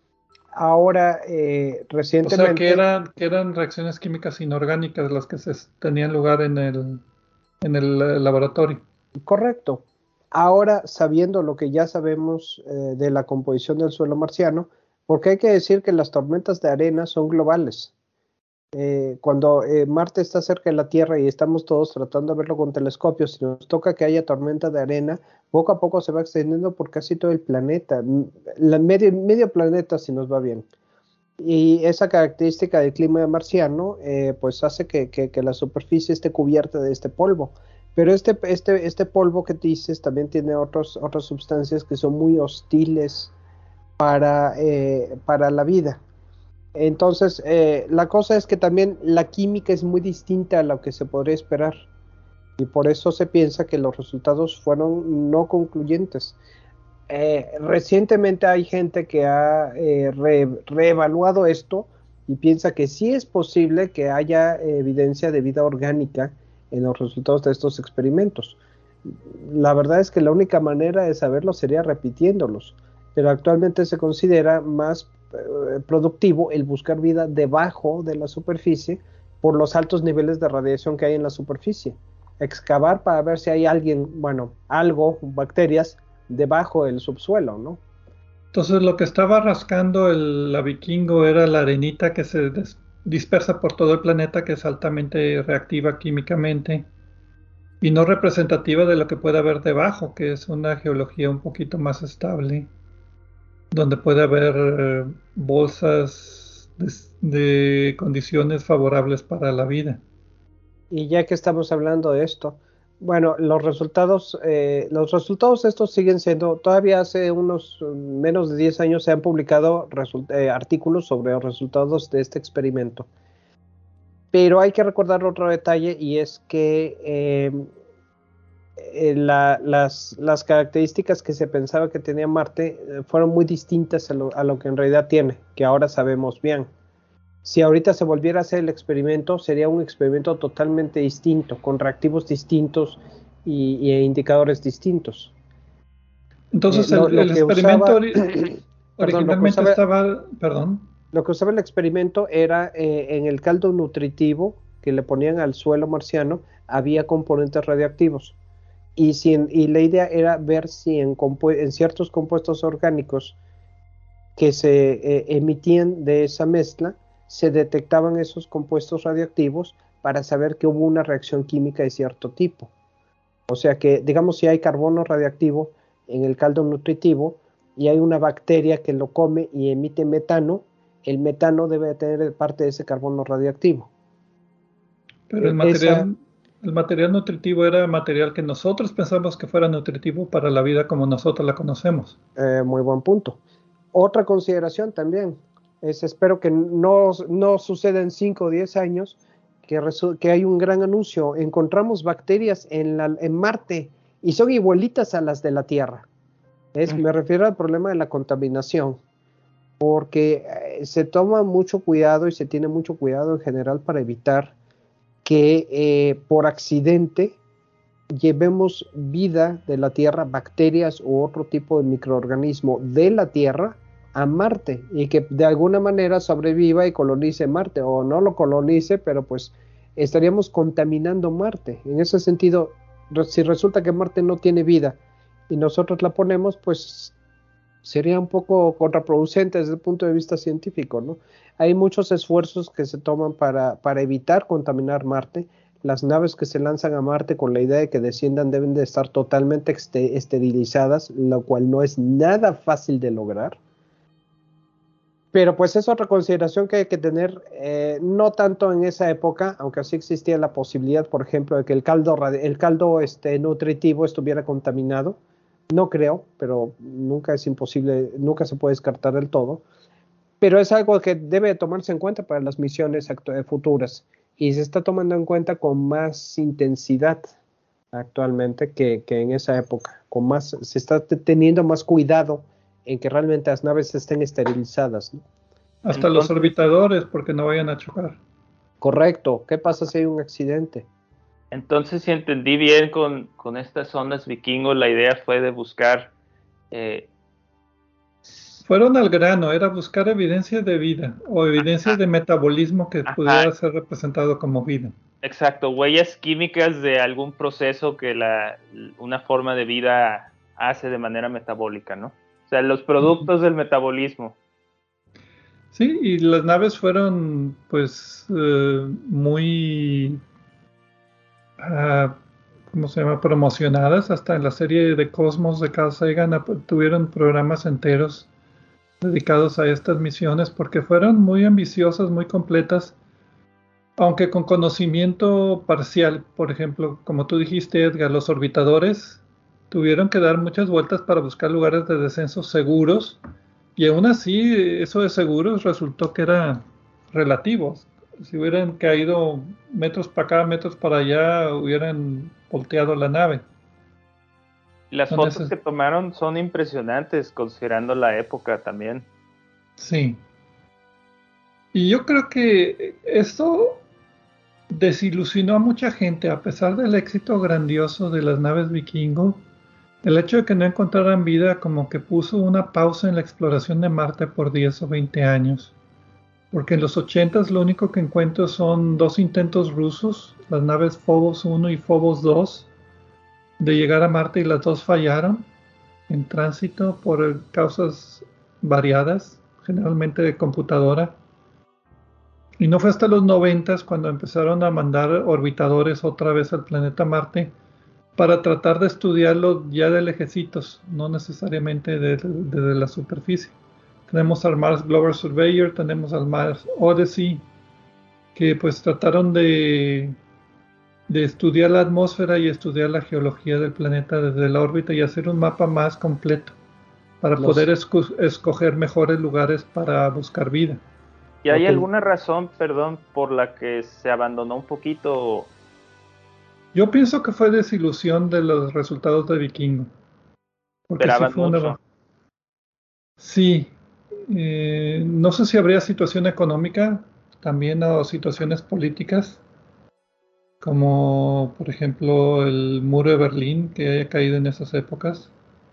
Ahora, eh, recientemente... O sea, que eran, que eran reacciones químicas inorgánicas las que se tenían lugar en el, en el laboratorio. Correcto. Ahora, sabiendo lo que ya sabemos eh, de la composición del suelo marciano, porque hay que decir que las tormentas de arena son globales. Eh, cuando eh, Marte está cerca de la Tierra y estamos todos tratando de verlo con telescopios, si nos toca que haya tormenta de arena, poco a poco se va extendiendo por casi todo el planeta, la medio, medio planeta si nos va bien. Y esa característica del clima marciano eh, pues hace que, que, que la superficie esté cubierta de este polvo. Pero este, este, este polvo que dices también tiene otros, otras sustancias que son muy hostiles para, eh, para la vida. Entonces, eh, la cosa es que también la química es muy distinta a lo que se podría esperar, y por eso se piensa que los resultados fueron no concluyentes. Eh, recientemente hay gente que ha eh, re, reevaluado esto y piensa que sí es posible que haya eh, evidencia de vida orgánica en los resultados de estos experimentos. La verdad es que la única manera de saberlo sería repitiéndolos, pero actualmente se considera más productivo el buscar vida debajo de la superficie por los altos niveles de radiación que hay en la superficie. Excavar para ver si hay alguien, bueno, algo, bacterias, debajo del subsuelo, ¿no? Entonces lo que estaba rascando el, la Vikingo era la arenita que se des, dispersa por todo el planeta, que es altamente reactiva químicamente y no representativa de lo que puede haber debajo, que es una geología un poquito más estable, donde puede haber eh, bolsas de, de condiciones favorables para la vida. Y ya que estamos hablando de esto, bueno, los resultados, eh, los resultados estos siguen siendo, todavía hace unos menos de diez años se han publicado eh, artículos sobre los resultados de este experimento. Pero hay que recordar otro detalle, y es que eh, eh, la, las, las características que se pensaba que tenía Marte eh, fueron muy distintas a lo, a lo que en realidad tiene, que ahora sabemos bien. Si ahorita se volviera a hacer el experimento, sería un experimento totalmente distinto, con reactivos distintos y, y indicadores distintos. Entonces eh, lo, el, lo el experimento usaba, ori perdón, originalmente usaba, estaba, perdón. Lo que usaba el experimento era eh, en el caldo nutritivo que le ponían al suelo marciano, había componentes radioactivos. Y, si en, y la idea era ver si en, en ciertos compuestos orgánicos que se eh, emitían de esa mezcla, se detectaban esos compuestos radioactivos para saber que hubo una reacción química de cierto tipo. O sea que, digamos, si hay carbono radioactivo en el caldo nutritivo y hay una bacteria que lo come y emite metano, el metano debe tener parte de ese carbono radioactivo. Pero el material, Esa, el material nutritivo era material que nosotros pensamos que fuera nutritivo para la vida como nosotros la conocemos. Eh, muy buen punto. Otra consideración también, Es, espero que no, no suceda en cinco o diez años que, que hay un gran anuncio. Encontramos bacterias en, la, en Marte y son igualitas a las de la Tierra. Es, me refiero al problema de la contaminación, porque eh, se toma mucho cuidado y se tiene mucho cuidado en general para evitar que eh, por accidente llevemos vida de la Tierra, bacterias u otro tipo de microorganismo de la Tierra a Marte y que de alguna manera sobreviva y colonice Marte, o no lo colonice, pero pues estaríamos contaminando Marte. En ese sentido, si resulta que Marte no tiene vida y nosotros la ponemos, pues sería un poco contraproducente desde el punto de vista científico, ¿no? Hay muchos esfuerzos que se toman para, para evitar contaminar Marte. Las naves que se lanzan a Marte con la idea de que desciendan deben de estar totalmente este, esterilizadas, lo cual no es nada fácil de lograr. Pero pues es otra consideración que hay que tener, eh, no tanto en esa época, aunque sí existía la posibilidad, por ejemplo, de que el caldo, el caldo este, nutritivo estuviera contaminado. No creo, pero nunca es imposible, nunca se puede descartar del todo. Pero es algo que debe tomarse en cuenta para las misiones futuras y se está tomando en cuenta con más intensidad actualmente que, que en esa época. Con más, se está teniendo más cuidado en que realmente las naves estén esterilizadas, ¿no? Hasta Entonces, los orbitadores, porque no vayan a chocar. Correcto. ¿Qué pasa si hay un accidente? Entonces, si entendí bien con, con estas zonas vikingos, la idea fue de buscar... Eh... Fueron al grano, era buscar evidencia de vida o evidencia Ajá. de metabolismo que Ajá. pudiera ser representado como vida. Exacto, huellas químicas de algún proceso que la, una forma de vida hace de manera metabólica, ¿no? O sea, los productos del metabolismo. Sí, y las naves fueron, pues, eh, muy, uh, ¿cómo se llama? Promocionadas. Hasta en la serie de Cosmos de Carl Sagan tuvieron programas enteros dedicados a estas misiones porque fueron muy ambiciosas, muy completas, aunque con conocimiento parcial. Por ejemplo, como tú dijiste, Edgar, los orbitadores tuvieron que dar muchas vueltas para buscar lugares de descenso seguros, y aún así eso de seguros resultó que era relativo. Si hubieran caído metros para acá, metros para allá, hubieran volteado la nave. Las Con fotos ese... que tomaron son impresionantes considerando la época también. Sí. Y yo creo que esto desilusionó a mucha gente, a pesar del éxito grandioso de las naves vikingo. El hecho de que no encontraran vida como que puso una pausa en la exploración de Marte por diez o veinte años. Porque en los ochentas lo único que encuentro son dos intentos rusos, las naves Phobos uno y Phobos dos, de llegar a Marte, y las dos fallaron en tránsito por causas variadas, generalmente de computadora. Y no fue hasta los noventas cuando empezaron a mandar orbitadores otra vez al planeta Marte, para tratar de estudiarlo ya de lejecitos, no necesariamente desde de, de la superficie. Tenemos al Mars Global Surveyor, tenemos al Mars Odyssey, que pues trataron de, de estudiar la atmósfera y estudiar la geología del planeta desde la órbita y hacer un mapa más completo para Los... poder esco escoger mejores lugares para buscar vida. ¿Y hay okay. alguna razón, perdón, por la que se abandonó un poquito? Yo pienso que fue desilusión de los resultados de Vikingo. Porque Esperaban sí fue una... mucho. Sí. Eh, no sé si habría situación económica también o situaciones políticas, como por ejemplo el muro de Berlín que haya caído en esas épocas.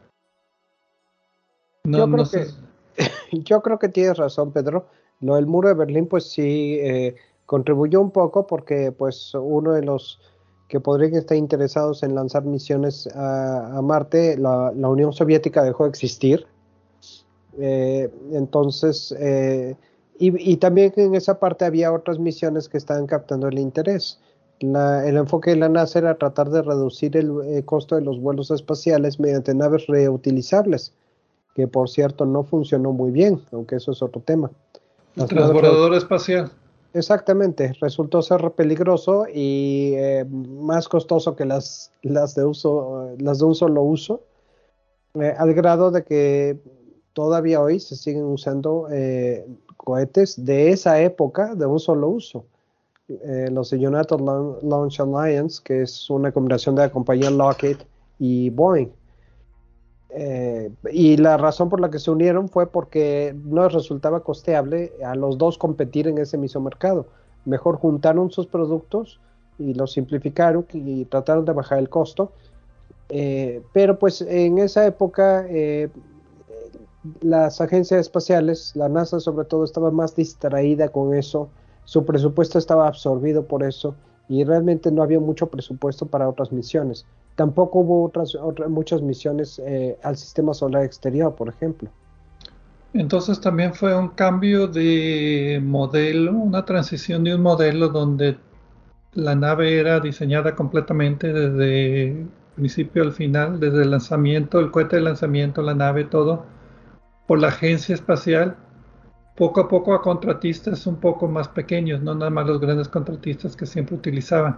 No, yo, creo no sé. que, yo creo que tienes razón, Pedro. Lo del muro de Berlín pues sí eh, contribuyó un poco porque pues uno de los que podrían estar interesados en lanzar misiones a, a Marte, la, la Unión Soviética dejó de existir. Eh, entonces, eh, y, y también en esa parte había otras misiones que estaban captando el interés. La, el enfoque de la NASA era tratar de reducir el eh, costo de los vuelos espaciales mediante naves reutilizables, que por cierto no funcionó muy bien, aunque eso es otro tema. El transbordador espacial. Exactamente, resultó ser peligroso y eh, más costoso que las, las, de uso, las de un solo uso, eh, al grado de que todavía hoy se siguen usando eh, cohetes de esa época de un solo uso. Eh, los United Launch Alliance, que es una combinación de la compañía Lockheed y Boeing. Eh, y la razón por la que se unieron fue porque no les resultaba costeable a los dos competir en ese mismo mercado. Mejor juntaron sus productos y los simplificaron y trataron de bajar el costo. Eh, pero pues en esa época eh, las agencias espaciales, la NASA sobre todo, estaba más distraída con eso. Su presupuesto estaba absorbido por eso y realmente no había mucho presupuesto para otras misiones. Tampoco hubo otras, otras muchas misiones eh, al sistema solar exterior, por ejemplo. Entonces también fue un cambio de modelo, una transición de un modelo donde la nave era diseñada completamente desde principio al final, desde el lanzamiento, el cohete de lanzamiento, la nave, todo, por la agencia espacial, poco a poco a contratistas un poco más pequeños, no nada más los grandes contratistas que siempre utilizaban.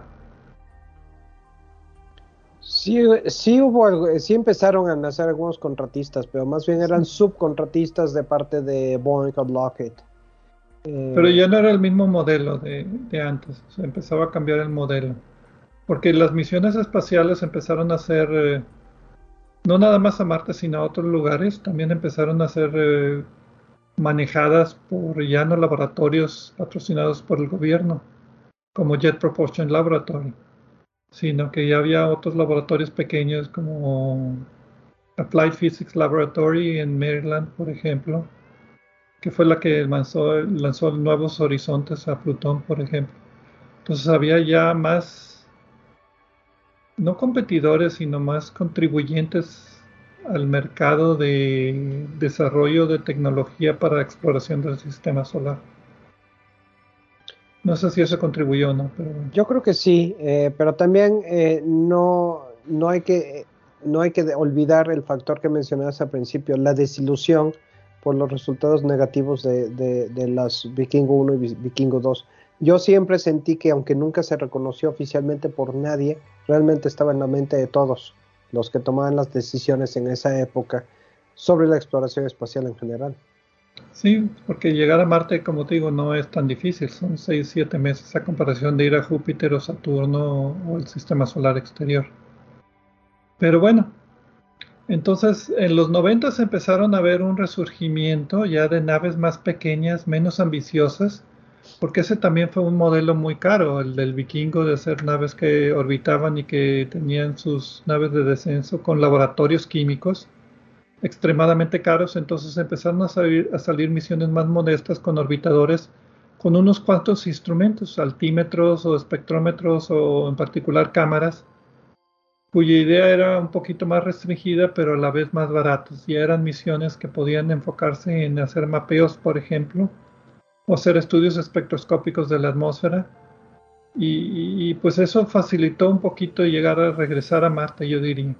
Sí, sí hubo algo, sí empezaron a nacer algunos contratistas, pero más bien eran subcontratistas de parte de Boeing o Lockheed. Eh, Pero ya no era el mismo modelo de, de antes, se empezaba a cambiar el modelo. Porque las misiones espaciales empezaron a ser, eh, no nada más a Marte, sino a otros lugares, también empezaron a ser eh, manejadas por ya no laboratorios patrocinados por el gobierno, como Jet Propulsion Laboratory, sino que ya había otros laboratorios pequeños como Applied Physics Laboratory en Maryland, por ejemplo, que fue la que lanzó, lanzó Nuevos Horizontes a Plutón, por ejemplo. Entonces había ya más, no competidores, sino más contribuyentes al mercado de desarrollo de tecnología para la exploración del sistema solar. No sé si eso contribuyó o no, pero bueno. Yo creo que sí, eh, pero también eh, no, no, hay que, no hay que olvidar el factor que mencionabas al principio, la desilusión por los resultados negativos de, de, de las Vikingo uno y Vikingo dos. Yo siempre sentí que aunque nunca se reconoció oficialmente por nadie, realmente estaba en la mente de todos los que tomaban las decisiones en esa época sobre la exploración espacial en general. Sí, porque llegar a Marte, como te digo, no es tan difícil, son seis, siete meses a comparación de ir a Júpiter o Saturno o el sistema solar exterior. Pero bueno, entonces en los noventas empezaron a ver un resurgimiento ya de naves más pequeñas, menos ambiciosas, porque ese también fue un modelo muy caro, el del Vikingo, de hacer naves que orbitaban y que tenían sus naves de descenso con laboratorios químicos extremadamente caros. Entonces empezaron a salir, a salir misiones más modestas con orbitadores con unos cuantos instrumentos, altímetros o espectrómetros o en particular cámaras, cuya idea era un poquito más restringida pero a la vez más baratos. Ya eran misiones que podían enfocarse en hacer mapeos, por ejemplo, o hacer estudios espectroscópicos de la atmósfera. Y, y, y pues eso facilitó un poquito llegar a regresar a Marte, yo diría.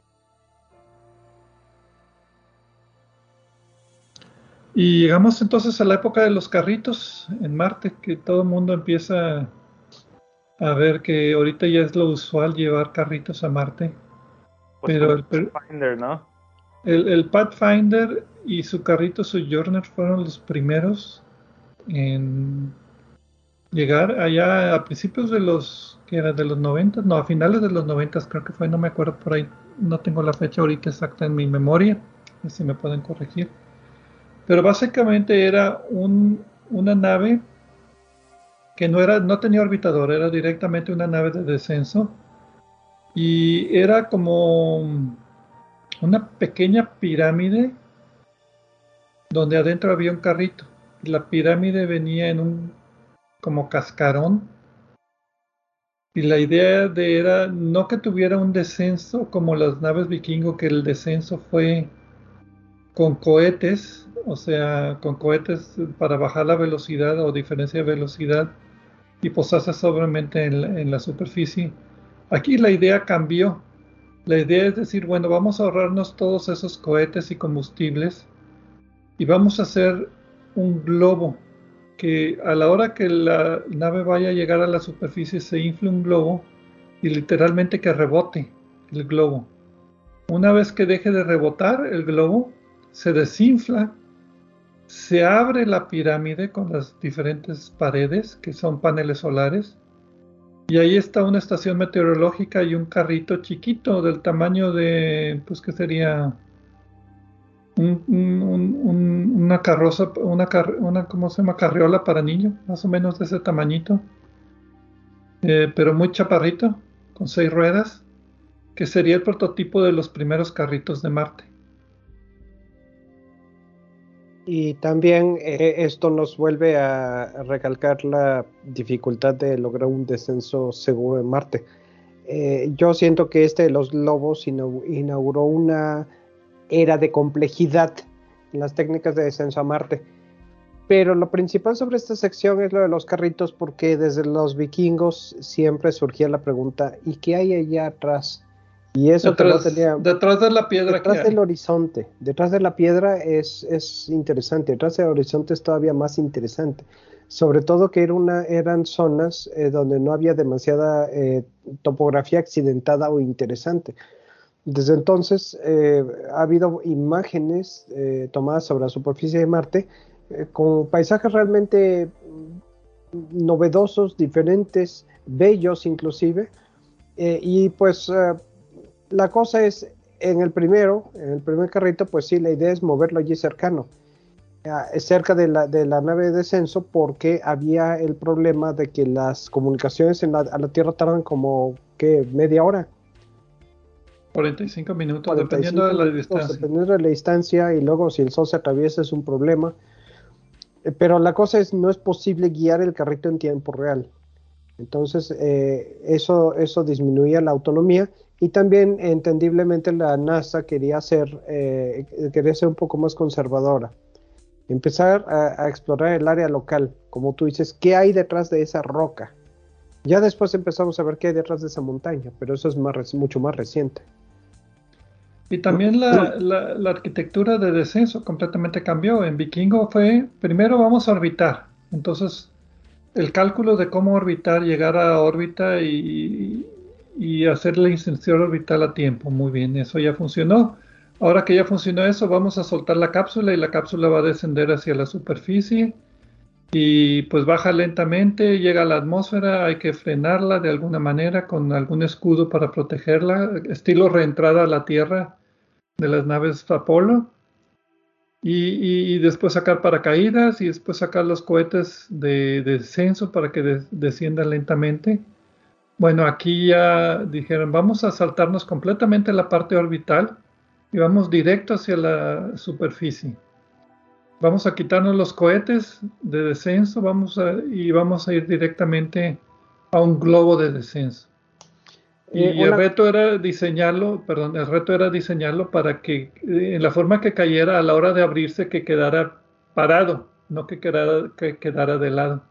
Y llegamos entonces a la época de los carritos en Marte, que todo el mundo empieza a ver que ahorita ya es lo usual llevar carritos a Marte. Pues Pero el el, Pathfinder, ¿no? el, el Pathfinder y su carrito Sojourner fueron los primeros en llegar allá a principios de los, que era de los noventa, no, a finales de los noventa creo que fue, no me acuerdo por ahí, no tengo la fecha ahorita exacta en mi memoria, si me pueden corregir. Pero básicamente era un, una nave que no, era, no tenía orbitador, era directamente una nave de descenso y era como una pequeña pirámide donde adentro había un carrito. Y la pirámide venía en un como cascarón y la idea de era no que tuviera un descenso como las naves vikingo, que el descenso fue con cohetes, o sea, con cohetes para bajar la velocidad o diferencia de velocidad y posarse sobremente en la, en la superficie. Aquí la idea cambió. La idea es decir, bueno, vamos a ahorrarnos todos esos cohetes y combustibles y vamos a hacer un globo que a la hora que la nave vaya a llegar a la superficie se infle un globo y literalmente que rebote el globo. Una vez que deje de rebotar el globo, se desinfla, se abre la pirámide con las diferentes paredes, que son paneles solares, y ahí está una estación meteorológica y un carrito chiquito del tamaño de, pues, ¿qué sería? Un, un, un, una carroza, una, car una, ¿cómo se llama? Carriola para niños, más o menos de ese tamañito, eh, pero muy chaparrito, con seis ruedas, que sería el prototipo de los primeros carritos de Marte. Y también eh, esto nos vuelve a recalcar la dificultad de lograr un descenso seguro en Marte. Eh, yo siento que este de los globos inauguró una era de complejidad en las técnicas de descenso a Marte. Pero lo principal sobre esta sección es lo de los carritos, porque desde los vikingos siempre surgía la pregunta, ¿y qué hay allá atrás? Y eso detrás, que no tenía, detrás de la piedra, detrás del horizonte, detrás de la piedra es, es interesante, detrás del horizonte es todavía más interesante, sobre todo que era una, eran zonas eh, donde no había demasiada eh, topografía accidentada o interesante. Desde entonces eh, ha habido imágenes eh, tomadas sobre la superficie de Marte eh, con paisajes realmente novedosos, diferentes, bellos inclusive, eh, y pues eh, la cosa es, en el primero, en el primer carrito, pues sí, la idea es moverlo allí cercano, eh, cerca de la, de la nave de descenso, porque había el problema de que las comunicaciones en la, a la Tierra tardan como, ¿qué? Media hora. cuarenta y cinco minutos, cuarenta y cinco dependiendo de la minutos, distancia. Dependiendo de la distancia, y luego si el sol se atraviesa es un problema. Eh, pero la cosa es, no es posible guiar el carrito en tiempo real. Entonces, eh, eso, eso disminuía la autonomía, y también, entendiblemente, la NASA quería ser, eh, quería ser un poco más conservadora. Empezar a, a explorar el área local, como tú dices, ¿qué hay detrás de esa roca? Ya después empezamos a ver qué hay detrás de esa montaña, pero eso es más, mucho más reciente. Y también la, la, la arquitectura de descenso completamente cambió. En Vikingo fue, primero vamos a orbitar. Entonces, el cálculo de cómo orbitar, llegar a órbita y, y hacer la inserción orbital a tiempo. Muy bien, eso ya funcionó. Ahora que ya funcionó eso, vamos a soltar la cápsula y la cápsula va a descender hacia la superficie. Y pues baja lentamente, llega a la atmósfera, hay que frenarla de alguna manera con algún escudo para protegerla, estilo reentrada a la Tierra de las naves Apolo, y, y, y después sacar paracaídas y después sacar los cohetes de, de descenso para que de, desciendan lentamente. Bueno, aquí ya dijeron, vamos a saltarnos completamente la parte orbital y vamos directo hacia la superficie. Vamos a quitarnos los cohetes de descenso, vamos a, y vamos a ir directamente a un globo de descenso. Y eh, una... el reto era diseñarlo, perdón, el reto era diseñarlo para que eh, en la forma que cayera a la hora de abrirse, que quedara parado, no que quedara, que quedara de lado.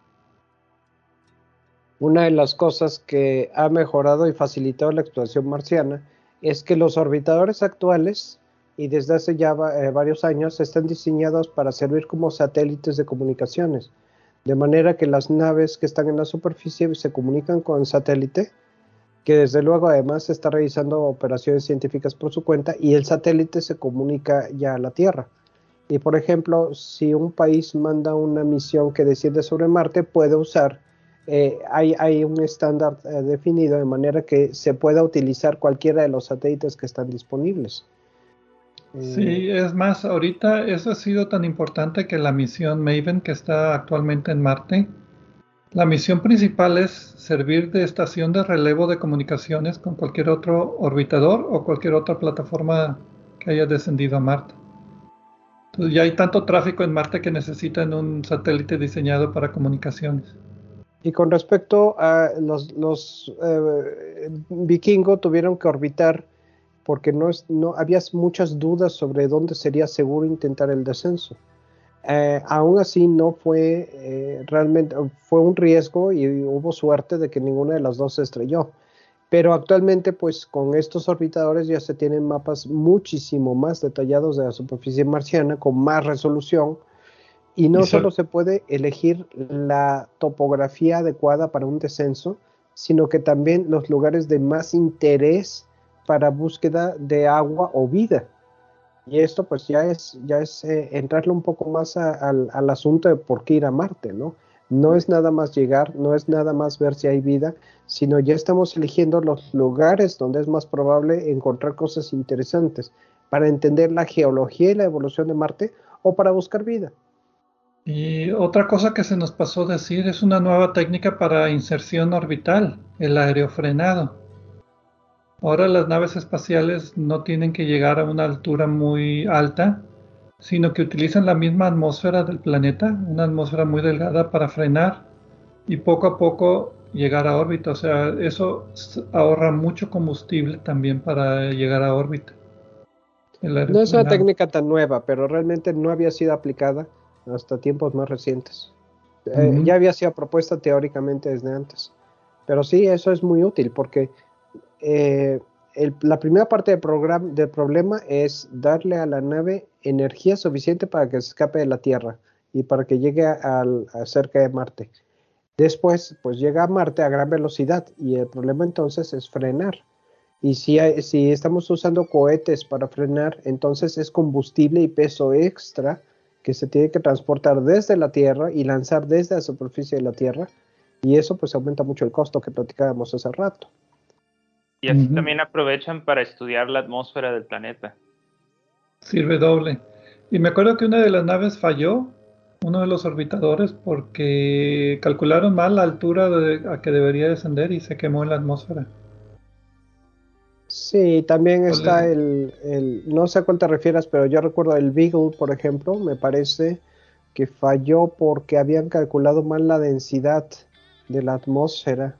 Una de las cosas que ha mejorado y facilitado la exploración marciana es que los orbitadores actuales, y desde hace ya eh, varios años, están diseñados para servir como satélites de comunicaciones, de manera que las naves que están en la superficie se comunican con el satélite, que desde luego además está realizando operaciones científicas por su cuenta, y el satélite se comunica ya a la Tierra. Y por ejemplo, si un país manda una misión que desciende sobre Marte, puede usar, eh, hay, hay un estándar eh, definido de manera que se pueda utilizar cualquiera de los satélites que están disponibles. Sí, es más, ahorita eso ha sido tan importante que la misión Maven, que está actualmente en Marte, la misión principal es servir de estación de relevo de comunicaciones con cualquier otro orbitador o cualquier otra plataforma que haya descendido a Marte. Entonces ya hay tanto tráfico en Marte que necesitan un satélite diseñado para comunicaciones. Y con respecto a los, los eh, vikingos tuvieron que orbitar porque no, no había muchas dudas sobre dónde sería seguro intentar el descenso. Eh, aún así no fue eh, realmente, fue un riesgo y hubo suerte de que ninguna de las dos se estrelló. Pero actualmente pues con estos orbitadores ya se tienen mapas muchísimo más detallados de la superficie marciana con más resolución, y no solo se puede elegir la topografía adecuada para un descenso, sino que también los lugares de más interés para búsqueda de agua o vida. Y esto pues ya es, ya es eh, entrarle un poco más a, al, al asunto de por qué ir a Marte, ¿no? No es nada más llegar, no es nada más ver si hay vida, sino ya estamos eligiendo los lugares donde es más probable encontrar cosas interesantes para entender la geología y la evolución de Marte o para buscar vida. Y otra cosa que se nos pasó decir es una nueva técnica para inserción orbital, el aerofrenado. Ahora las naves espaciales no tienen que llegar a una altura muy alta, sino que utilizan la misma atmósfera del planeta, una atmósfera muy delgada para frenar y poco a poco llegar a órbita. O sea, eso ahorra mucho combustible también para llegar a órbita. No es una técnica tan nueva, pero realmente no había sido aplicada hasta tiempos más recientes. Eh, uh-huh. Ya había sido propuesta teóricamente desde antes. Pero sí, eso es muy útil porque eh, el, la primera parte del, programa, del problema es darle a la nave energía suficiente para que se escape de la Tierra y para que llegue a, a cerca de Marte. Después, pues llega a Marte a gran velocidad y el problema entonces es frenar. Y si, hay, si estamos usando cohetes para frenar, entonces es combustible y peso extra que se tiene que transportar desde la Tierra y lanzar desde la superficie de la Tierra. Y eso pues aumenta mucho el costo que platicábamos hace rato. Y así uh-huh. también aprovechan para estudiar la atmósfera del planeta. Sirve doble. Y me acuerdo que una de las naves falló, uno de los orbitadores, porque calcularon mal la altura de, a que debería descender y se quemó en la atmósfera. Sí, también está el, el, no sé a cuál te refieras, pero yo recuerdo el Beagle, por ejemplo, me parece que falló porque habían calculado mal la densidad de la atmósfera.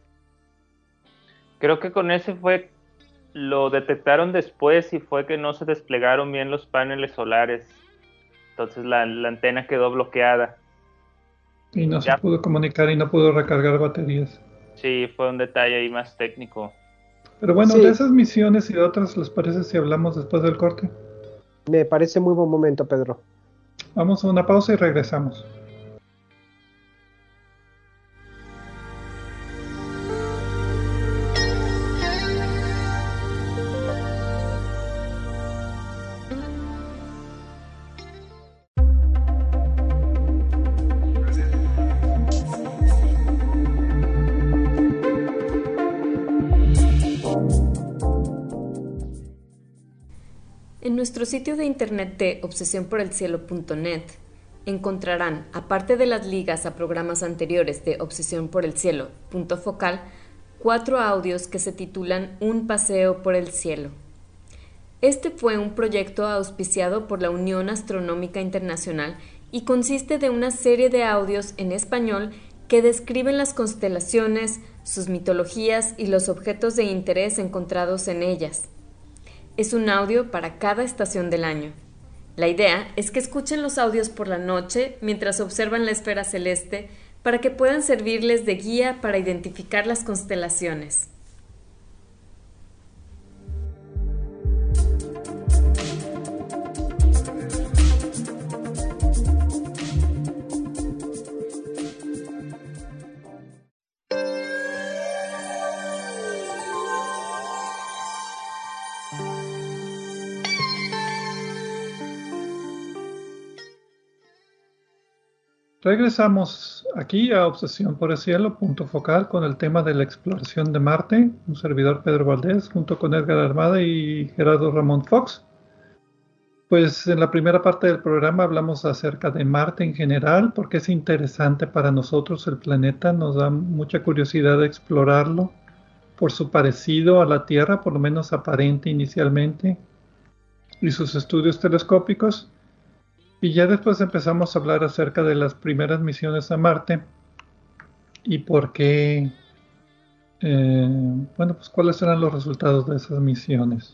Creo que con ese fue, lo detectaron después y fue que no se desplegaron bien los paneles solares, entonces la, la antena quedó bloqueada. Y no ya. se pudo comunicar y no pudo recargar baterías. Sí, fue un detalle ahí más técnico. Pero bueno, sí. de esas misiones y de otras, ¿les parece si hablamos después del corte? Me parece muy buen momento, Pedro. Vamos a una pausa y regresamos. En nuestro sitio de internet de obsesión por el cielo punto net encontrarán, aparte de las ligas a programas anteriores de Obsesión por el Cielo, punto focal, cuatro audios que se titulan Un paseo por el cielo. Este fue un proyecto auspiciado por la Unión Astronómica Internacional y consiste de una serie de audios en español que describen las constelaciones, sus mitologías y los objetos de interés encontrados en ellas. Es un audio para cada estación del año. La idea es que escuchen los audios por la noche mientras observan la esfera celeste para que puedan servirles de guía para identificar las constelaciones. Regresamos aquí a Obsesión por el Cielo, punto focal, con el tema de la exploración de Marte. Un servidor, Pedro Valdés, junto con Edgar Armada y Gerardo Ramón Fox. Pues en la primera parte del programa hablamos acerca de Marte en general, porque es interesante para nosotros el planeta, nos da mucha curiosidad de explorarlo por su parecido a la Tierra, por lo menos aparente inicialmente, y sus estudios telescópicos. Y ya después empezamos a hablar acerca de las primeras misiones a Marte y por qué, eh, bueno, pues cuáles eran los resultados de esas misiones.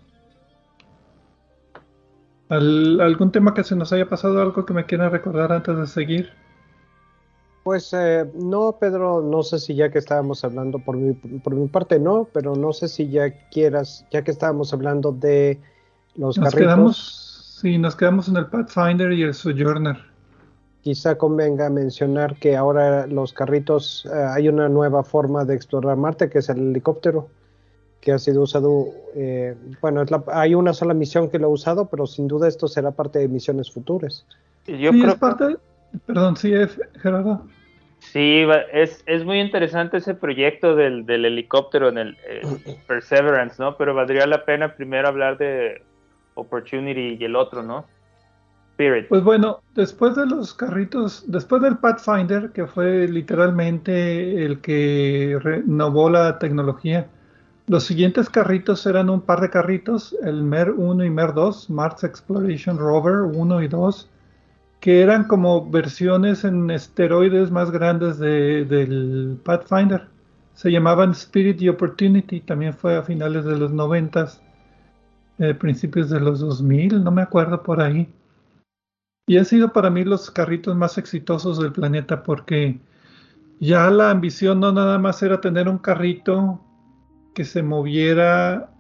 ¿Al, ¿Algún tema que se nos haya pasado, algo que me quieran recordar antes de seguir? Pues eh, no, Pedro, no sé si ya que estábamos hablando, por mi, por mi parte no, pero no sé si ya quieras, ya que estábamos hablando de los nos carritos. Quedamos... Sí, nos quedamos en el Pathfinder y el Sojourner. Quizá convenga mencionar que ahora los carritos, eh, hay una nueva forma de explorar Marte, que es el helicóptero. que ha sido usado, eh, bueno, es la, hay una sola misión que lo ha usado, pero sin duda esto será parte de misiones futuras. Yo Sí, creo es parte, perdón, sí, es, Gerardo. sí, va- es, es muy interesante ese proyecto del, del helicóptero en el eh, Perseverance, ¿no? Pero valdría la pena primero hablar de Opportunity y el otro, ¿no? Spirit. Pues bueno, después de los carritos, después del Pathfinder, que fue literalmente el que renovó la tecnología, los siguientes carritos eran un par de carritos, el MER uno y MER dos, Mars Exploration Rover uno y dos, que eran como versiones en esteroides más grandes de- del Pathfinder. Se llamaban Spirit y Opportunity, también fue a finales de los noventas, eh, principios de los dos mil, no me acuerdo por ahí. Y han sido para mí los carritos más exitosos del planeta porque ya la ambición no nada más era tener un carrito que se moviera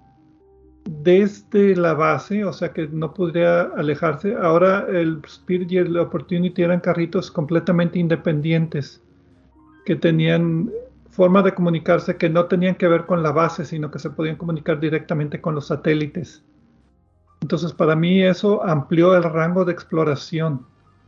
desde la base, o sea que no podría alejarse. Ahora el Spirit y el Opportunity eran carritos completamente independientes que tenían forma de comunicarse que no tenían que ver con la base, sino que se podían comunicar directamente con los satélites. Entonces para mí eso amplió el rango de exploración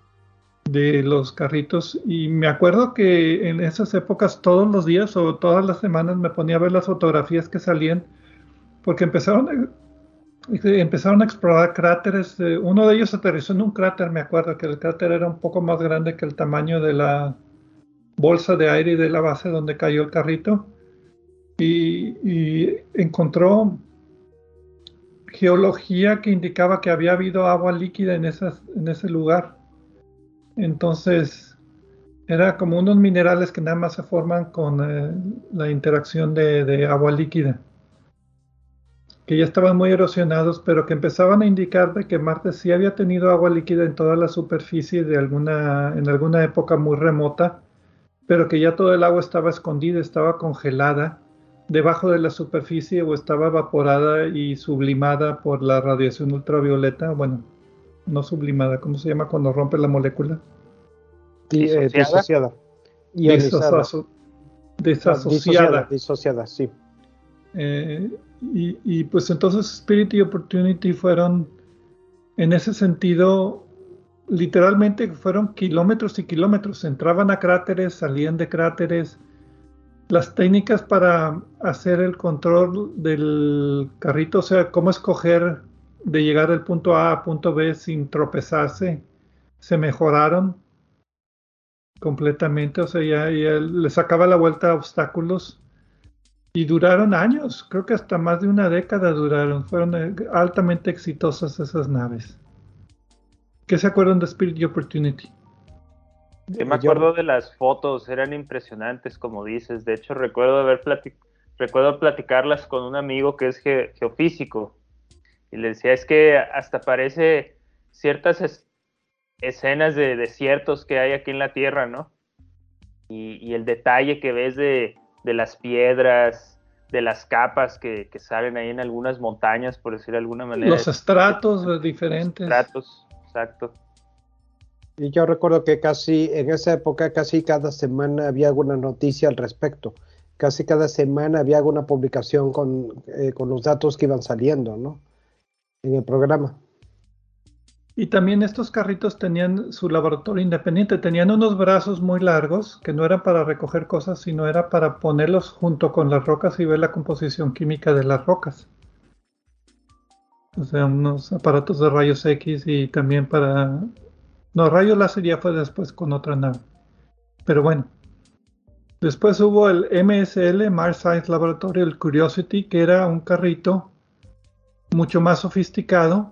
de los carritos y me acuerdo que en esas épocas todos los días o todas las semanas me ponía a ver las fotografías que salían porque empezaron a, empezaron a explorar cráteres. Eh, uno de ellos aterrizó en un cráter, me acuerdo que el cráter era un poco más grande que el tamaño de la bolsa de aire y de la base donde cayó el carrito y, y encontró geología que indicaba que había habido agua líquida en, esas, en ese lugar. Entonces era como unos minerales que nada más se forman con eh, la interacción de, de agua líquida, que ya estaban muy erosionados, pero que empezaban a indicar de que Marte sí había tenido agua líquida en toda la superficie de alguna, en alguna época muy remota, pero que ya todo el agua estaba escondida, estaba congelada debajo de la superficie o estaba evaporada y sublimada por la radiación ultravioleta. Bueno, no sublimada, ¿cómo se llama cuando rompe la molécula? Di- eh, ¿Disociada? disociada, ionizada, Desaso- no, disociada, desasociada. disociada, sí. Eh, y, y, pues entonces Spirit y Opportunity fueron, en ese sentido, literalmente fueron kilómetros y kilómetros. Entraban a cráteres, salían de cráteres. Las técnicas para hacer el control del carrito, o sea, cómo escoger de llegar del punto A a punto B sin tropezarse, se mejoraron completamente. O sea, ya, ya le sacaba la vuelta a obstáculos. Y duraron años, creo que hasta más de una década duraron. Fueron eh, altamente exitosas esas naves. ¿Qué se acuerdan de Spirit y Opportunity? Yo me Yo, acuerdo de las fotos, eran impresionantes, como dices. De hecho, recuerdo haber plati- recuerdo platicarlas con un amigo que es ge- geofísico. Y le decía, es que hasta parece ciertas es- escenas de desiertos que hay aquí en la Tierra, ¿no? Y, y el detalle que ves de, de las piedras, de las capas que, que salen ahí en algunas montañas, por decir de alguna manera. Los estratos eh, Los diferentes. estratos, exacto. y yo recuerdo que casi en esa época, casi cada semana había alguna noticia al respecto. Casi cada semana había alguna publicación con, eh, con los datos que iban saliendo, ¿no? En el programa. Y también estos carritos tenían su laboratorio independiente. Tenían unos brazos muy largos que no eran para recoger cosas, sino era para ponerlos junto con las rocas y ver la composición química de las rocas. O sea, unos aparatos de rayos X y también para... No, rayos láser ya fue después con otra nave. Pero bueno. Después hubo el M S L, Mars Science Laboratory, el Curiosity, que era un carrito mucho más sofisticado,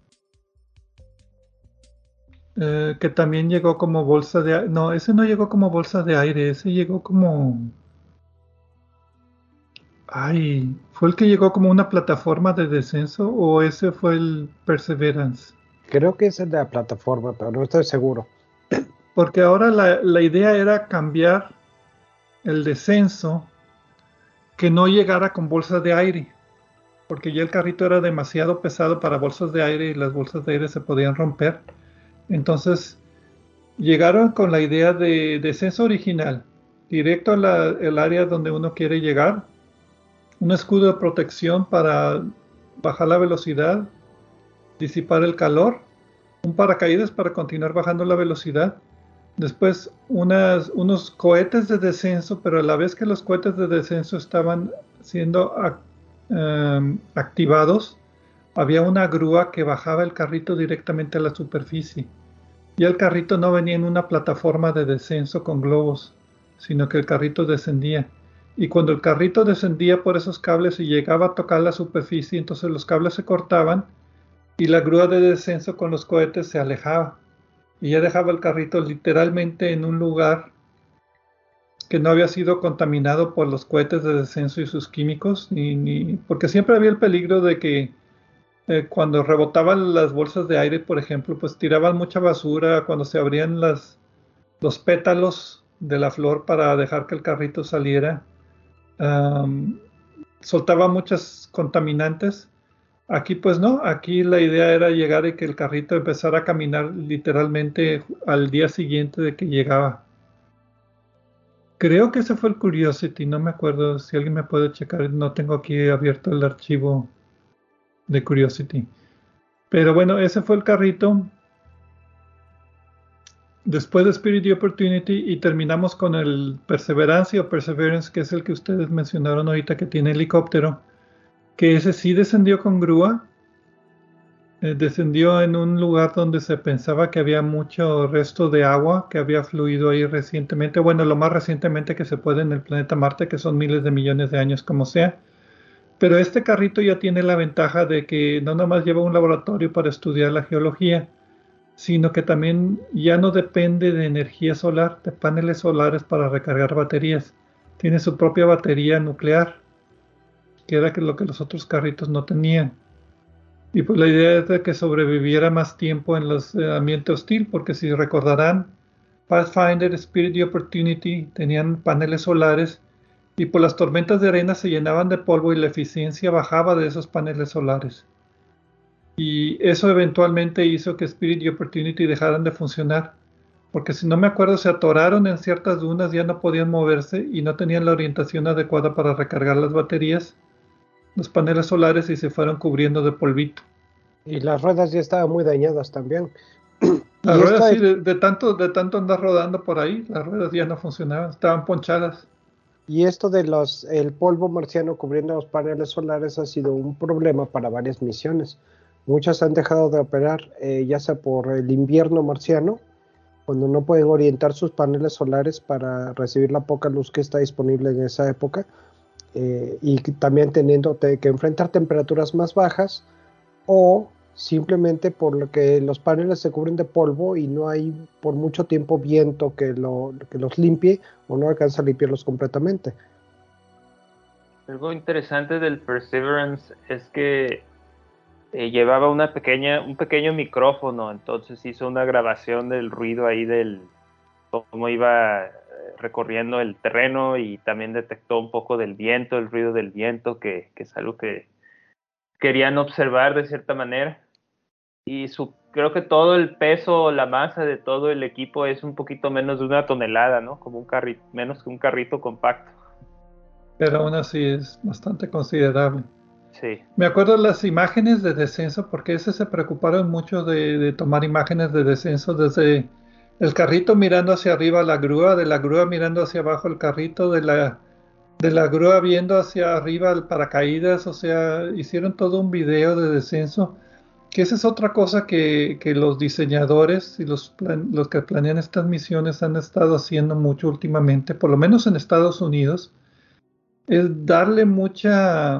eh, que también llegó como bolsa de aire. No, ese no llegó como bolsa de aire, ese llegó como... Ay, ¿fue el que llegó como una plataforma de descenso o ese fue el Perseverance? Creo que esa es la plataforma, pero no estoy seguro. Porque ahora la, la idea era cambiar el descenso que no llegara con bolsas de aire, porque ya el carrito era demasiado pesado para bolsas de aire y las bolsas de aire se podían romper. Entonces llegaron con la idea de descenso original, directo al área donde uno quiere llegar, un escudo de protección para bajar la velocidad, disipar el calor, un paracaídas para continuar bajando la velocidad, después unas, unos cohetes de descenso, pero a la vez que los cohetes de descenso estaban siendo um, activados, había una grúa que bajaba el carrito directamente a la superficie. Y el carrito no venía en una plataforma de descenso con globos, sino que el carrito descendía. Y cuando el carrito descendía por esos cables y llegaba a tocar la superficie, entonces los cables se cortaban y la grúa de descenso con los cohetes se alejaba. Y ya dejaba el carrito literalmente en un lugar que no había sido contaminado por los cohetes de descenso y sus químicos, ni, ni, porque siempre había el peligro de que Eh, cuando rebotaban las bolsas de aire, por ejemplo, pues tiraban mucha basura cuando se abrían las, los pétalos de la flor para dejar que el carrito saliera. Um, soltaba muchos contaminantes. Aquí pues no, aquí la idea era llegar y que el carrito empezara a caminar literalmente al día siguiente de que llegaba. Creo que ese fue el Curiosity, no me acuerdo si alguien me puede checar, no tengo aquí abierto el archivo de Curiosity. Pero bueno, ese fue el carrito. Después de Spirit the Opportunity y terminamos con el Perseverance o Perseverance, que es el que ustedes mencionaron ahorita que tiene helicóptero, que ese sí descendió con grúa. Eh, descendió en un lugar donde se pensaba que había mucho resto de agua que había fluido ahí recientemente, bueno, lo más recientemente que se puede en el planeta Marte, que son miles de millones de años como sea. Pero este carrito ya tiene la ventaja de que no nomás lleva un laboratorio para estudiar la geología, sino que también ya no depende de energía solar, de paneles solares para recargar baterías. Tiene su propia batería nuclear, que era lo que los otros carritos no tenían. Y pues la idea es de que sobreviviera más tiempo en el eh, ambiente hostil, porque si recordarán, Pathfinder, Spirit y Opportunity tenían paneles solares, y por las tormentas de arena se llenaban de polvo y la eficiencia bajaba de esos paneles solares. Y eso eventualmente hizo que Spirit y Opportunity dejaran de funcionar, porque si no me acuerdo se atoraron en ciertas dunas, ya no podían moverse y no tenían la orientación adecuada para recargar las baterías, los paneles solares, y se fueron cubriendo de polvito. Y las ruedas ya estaban muy dañadas también. Las ruedas sí, de, de, tanto, de tanto andar rodando por ahí, las ruedas ya no funcionaban, estaban ponchadas. Y esto de los el polvo marciano cubriendo los paneles solares ha sido un problema para varias misiones. Muchas han dejado de operar, eh, ya sea por el invierno marciano, cuando no pueden orientar sus paneles solares para recibir la poca luz que está disponible en esa época, eh, y también teniendo que enfrentar temperaturas más bajas, o simplemente por lo que los paneles se cubren de polvo y no hay por mucho tiempo viento que, lo, que los limpie o no alcanza a limpiarlos completamente. Algo interesante del Perseverance es que eh, llevaba una pequeña, un pequeño micrófono, entonces hizo una grabación del ruido ahí del cómo iba recorriendo el terreno, y también detectó un poco del viento, el ruido del viento, que, que es algo que querían observar de cierta manera. Y su, creo que todo el peso, la masa de todo el equipo es un poquito menos de una tonelada, ¿no? Como un carrito, menos que un carrito compacto. Pero aún así es bastante considerable. Sí. Me acuerdo las imágenes de descenso, porque ese se preocuparon mucho de, de tomar imágenes de descenso desde el carrito mirando hacia arriba la grúa, de la grúa mirando hacia abajo el carrito, de la, de la grúa viendo hacia arriba el paracaídas, o sea, hicieron todo un video de descenso. Que esa es otra cosa que, que los diseñadores y los, plan, los que planean estas misiones han estado haciendo mucho últimamente, por lo menos en Estados Unidos, es darle mucha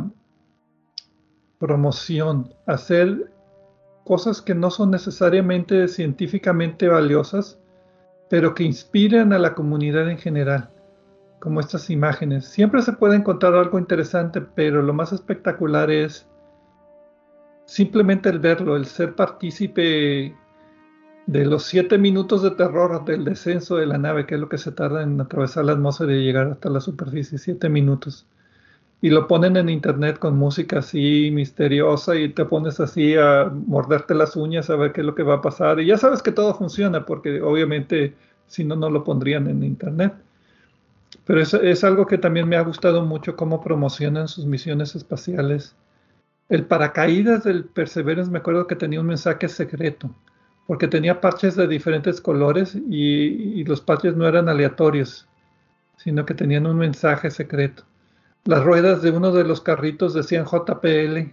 promoción, hacer cosas que no son necesariamente científicamente valiosas, pero que inspiran a la comunidad en general, como estas imágenes. Siempre se puede encontrar algo interesante, pero lo más espectacular es simplemente el verlo, el ser partícipe de los siete minutos de terror del descenso de la nave, que es lo que se tarda en atravesar la atmósfera y llegar hasta la superficie, siete minutos. Y lo ponen en internet con música así misteriosa y te pones así a morderte las uñas a ver qué es lo que va a pasar. Y ya sabes que todo funciona porque obviamente si no, no lo pondrían en internet. Pero es, es algo que también me ha gustado mucho cómo promocionan sus misiones espaciales. El paracaídas del Perseverance me acuerdo que tenía un mensaje secreto, porque tenía parches de diferentes colores y, y los parches no eran aleatorios, sino que tenían un mensaje secreto. Las ruedas de uno de los carritos decían J P L,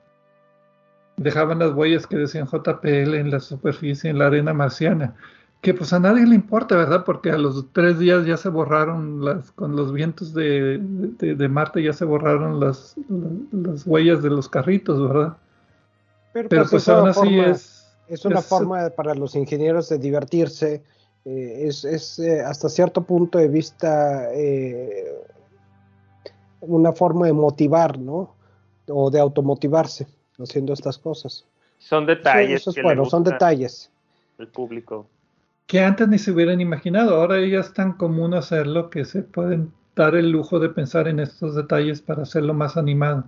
dejaban las huellas que decían J P L en la superficie, en la arena marciana, que pues a nadie le importa, ¿verdad? Porque a los tres días ya se borraron las, con los vientos de, de, de Marte ya se borraron las, las huellas de los carritos, ¿verdad? Pero Pero pues pues es aún una así forma, es, es una es forma para los ingenieros de divertirse, eh, es, es eh, hasta cierto punto de vista eh, una forma de motivar, ¿no? O de automotivarse haciendo estas cosas. Son Eso, detalles eso es que le bueno, son gustan detalles. al público. que antes ni se hubieran imaginado. Ahora ya es tan común hacerlo que se pueden dar el lujo de pensar en estos detalles para hacerlo más animado.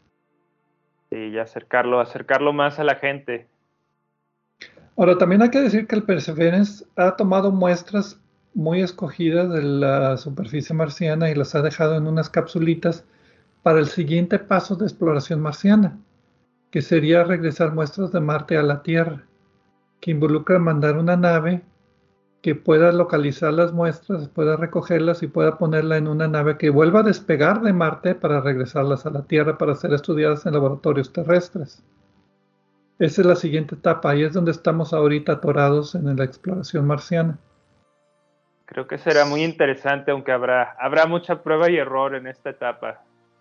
Y acercarlo, acercarlo más a la gente. Ahora, también hay que decir que el Perseverance ha tomado muestras muy escogidas de la superficie marciana y las ha dejado en unas capsulitas para el siguiente paso de exploración marciana, que sería regresar muestras de Marte a la Tierra, que involucra mandar una nave que pueda localizar las muestras, pueda recogerlas y pueda ponerla en una nave que vuelva a despegar de Marte para regresarlas a la Tierra para ser estudiadas en laboratorios terrestres. Esa es la siguiente etapa, ahí es donde estamos ahorita atorados en la exploración marciana. Creo que será muy interesante, aunque habrá, habrá mucha prueba y error en esta etapa.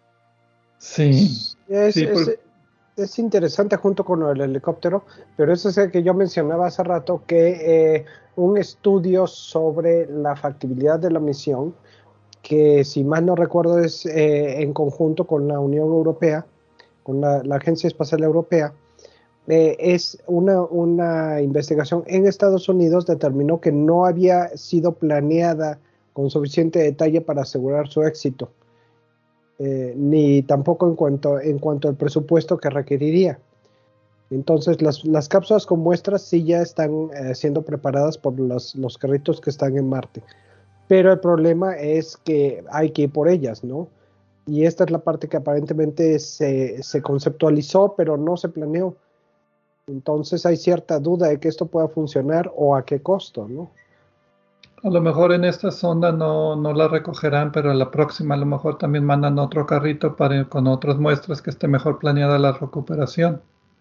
Sí, Es, sí, es, por, es interesante junto con el helicóptero, pero eso es el que yo mencionaba hace rato, que eh, un estudio sobre la factibilidad de la misión, que si mal no recuerdo es eh, en conjunto con la Unión Europea, con la, la Agencia Espacial Europea, eh, es una, una investigación en Estados Unidos, determinó que no había sido planeada con suficiente detalle para asegurar su éxito, eh, ni tampoco en cuanto, en cuanto al presupuesto que requeriría. Entonces las, las cápsulas con muestras sí ya están eh, siendo preparadas por los, los carritos que están en Marte, pero el problema es que hay que ir por ellas, ¿no? Y esta es la parte que aparentemente se, se conceptualizó, pero no se planeó. Entonces hay cierta duda de que esto pueda funcionar o a qué costo, ¿no? a lo mejor en esta sonda no, no la recogerán, pero en la próxima a lo mejor también mandan otro carrito para, con otras muestras que esté mejor planeada la recuperación.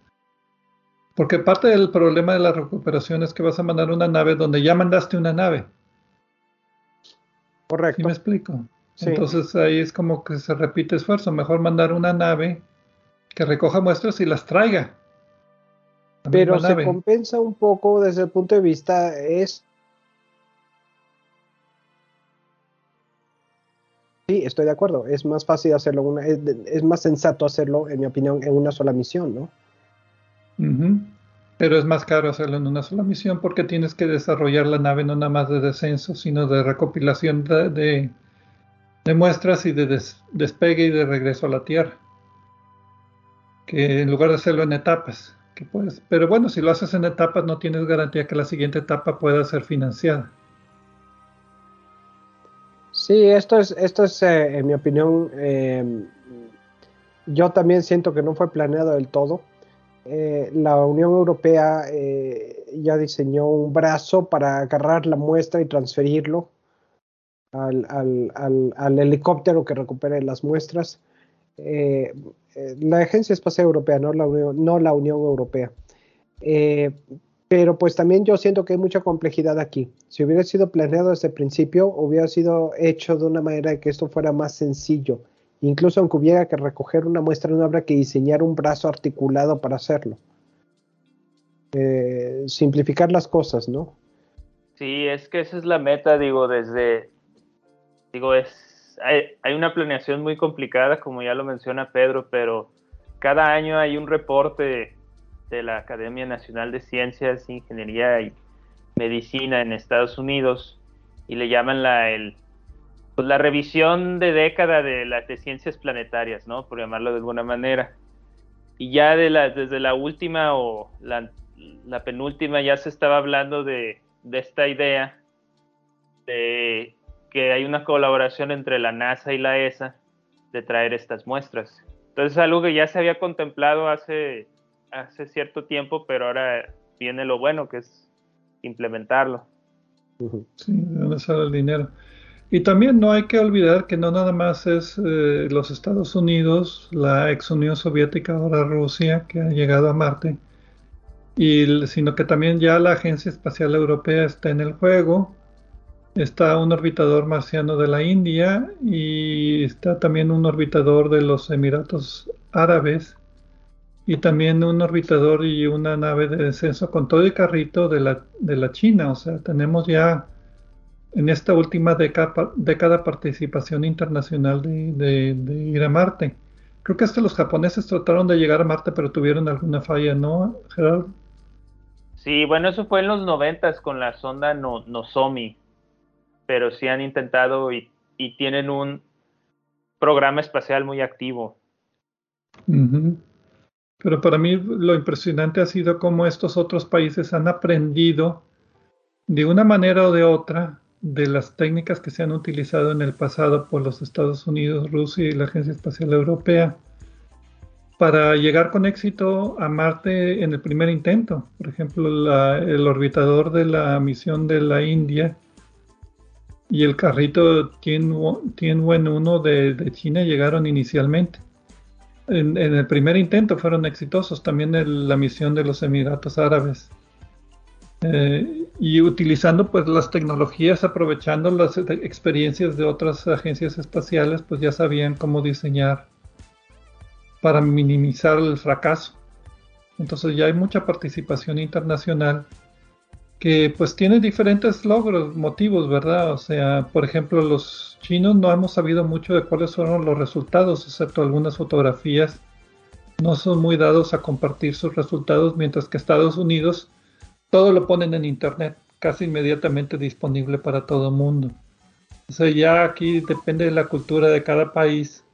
Porque parte del problema de la recuperación es que vas a mandar una nave donde ya mandaste una nave. ¿Sí Correcto. me explico? Sí. Entonces ahí es como que se repite esfuerzo. Mejor mandar una nave que recoja muestras y las traiga. La Pero misma se nave. compensa un poco desde el punto de vista es sí, estoy de acuerdo, es más fácil hacerlo una, es, es más sensato hacerlo, en mi opinión, en una sola misión, ¿no? Uh-huh. Pero es más caro hacerlo en una sola misión porque tienes que desarrollar la nave no nada más de descenso, sino de recopilación de, de, de muestras y de des, despegue y de regreso a la Tierra. Que en lugar de hacerlo en etapas, que puedes, pero bueno, si lo haces en etapas no tienes garantía que la siguiente etapa pueda ser financiada. Sí, esto es, esto es eh, en mi opinión, eh, yo también siento que no fue planeado del todo. Eh, la Unión Europea eh, ya diseñó un brazo para agarrar la muestra y transferirlo al, al, al, al helicóptero que recupere las muestras. Eh, eh, la Agencia Espacial Europea, no la Unión, no la Unión Europea. Eh, pero pues también yo siento que hay mucha complejidad aquí. Si hubiera sido planeado desde el principio, hubiera sido hecho de una manera que esto fuera más sencillo. Incluso aunque hubiera que recoger una muestra, no habrá que diseñar un brazo articulado para hacerlo. Eh, simplificar las cosas, ¿no? Sí, es que esa es la meta, digo, desde, digo, es, hay, hay una planeación muy complicada, como ya lo menciona Pedro, pero cada año hay un reporte de la Academia Nacional de Ciencias, Ingeniería y Medicina en Estados Unidos y le llaman la, el, pues la revisión de década de las de ciencias planetarias, ¿no? Por llamarlo de alguna manera. Y ya de la, desde la última o la, la penúltima ya se estaba hablando de, de esta idea de que hay una colaboración entre la NASA y la E S A de traer estas muestras. Entonces es algo que ya se había contemplado hace, hace cierto tiempo, pero ahora viene lo bueno, que es implementarlo. Sí, de dónde sale el dinero. Y también no hay que olvidar que no nada más es eh, los Estados Unidos, la ex Unión Soviética, ahora Rusia, que ha llegado a Marte, y, sino que también ya la Agencia Espacial Europea está en el juego, está un orbitador marciano de la India y está también un orbitador de los Emiratos Árabes y también un orbitador y una nave de descenso con todo el carrito de la, de la China. O sea, tenemos ya en esta última década, década participación internacional de, de, de ir a Marte. Creo que hasta los japoneses trataron de llegar a Marte, pero tuvieron alguna falla, ¿no, Gerardo? Sí, bueno, eso fue en los noventas con la sonda no, Nozomi, pero sí han intentado y, y tienen un programa espacial muy activo. Uh-huh. Pero para mí lo impresionante ha sido cómo estos otros países han aprendido de una manera o de otra de las técnicas que se han utilizado en el pasado por los Estados Unidos, Rusia y la Agencia Espacial Europea para llegar con éxito a Marte en el primer intento. Por ejemplo, la, el orbitador de la misión de la India y el carrito Tianwen uno de, de China llegaron inicialmente. En, en el primer intento fueron exitosos, también el, la misión de los Emiratos Árabes. Eh, y utilizando pues las tecnologías, aprovechando las experiencias de otras agencias espaciales, pues ya sabían cómo diseñar para minimizar el fracaso. Entonces ya hay mucha participación internacional que pues tiene diferentes logros, motivos, ¿verdad? O sea, por ejemplo, los chinos no hemos sabido mucho de cuáles fueron los resultados, excepto algunas fotografías. No son muy dados a compartir sus resultados, mientras que Estados Unidos todo lo ponen en internet, casi inmediatamente disponible para todo el mundo. O sea, ya aquí depende de la cultura de cada país,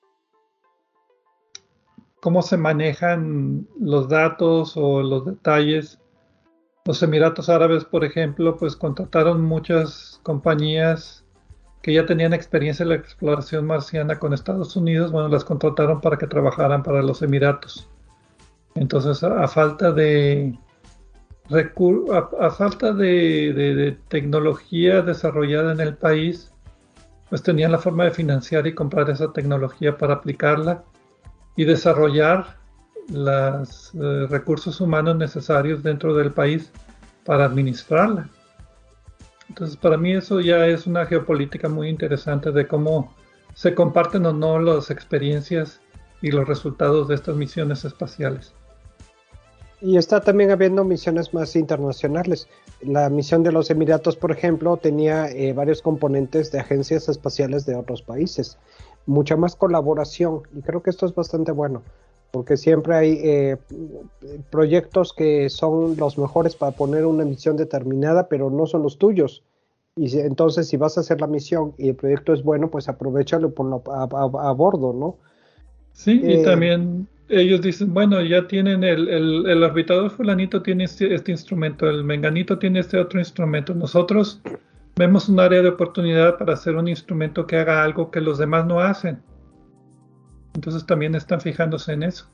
cómo se manejan los datos o los detalles. Los Emiratos Árabes, por ejemplo, pues contrataron muchas compañías que ya tenían experiencia en la exploración marciana con Estados Unidos, bueno, las contrataron para que trabajaran para los Emiratos. Entonces, a, a falta de a, a falta de, de, de tecnología desarrollada en el país, pues tenían la forma de financiar y comprar esa tecnología para aplicarla y desarrollar los eh, recursos humanos necesarios dentro del país para administrarla. Entonces, para mí eso ya es una geopolítica muy interesante de cómo se comparten o no las experiencias y los resultados de estas misiones espaciales. Y está también habiendo misiones más internacionales. La misión de los Emiratos, por ejemplo, tenía eh, varios componentes de agencias espaciales de otros países. Mucha más colaboración, y creo que esto es bastante bueno, porque siempre hay eh, proyectos que son los mejores para poner una misión determinada, pero no son los tuyos. Y si, entonces, si vas a hacer la misión y el proyecto es bueno, pues aprovechalo y ponlo a, a, a bordo, ¿no? Sí, eh, y también ellos dicen, bueno, ya tienen el, el, el orbitador fulanito tiene este, este instrumento, el menganito tiene este otro instrumento. Nosotros vemos un área de oportunidad para hacer un instrumento que haga algo que los demás no hacen. Entonces también están fijándose en eso.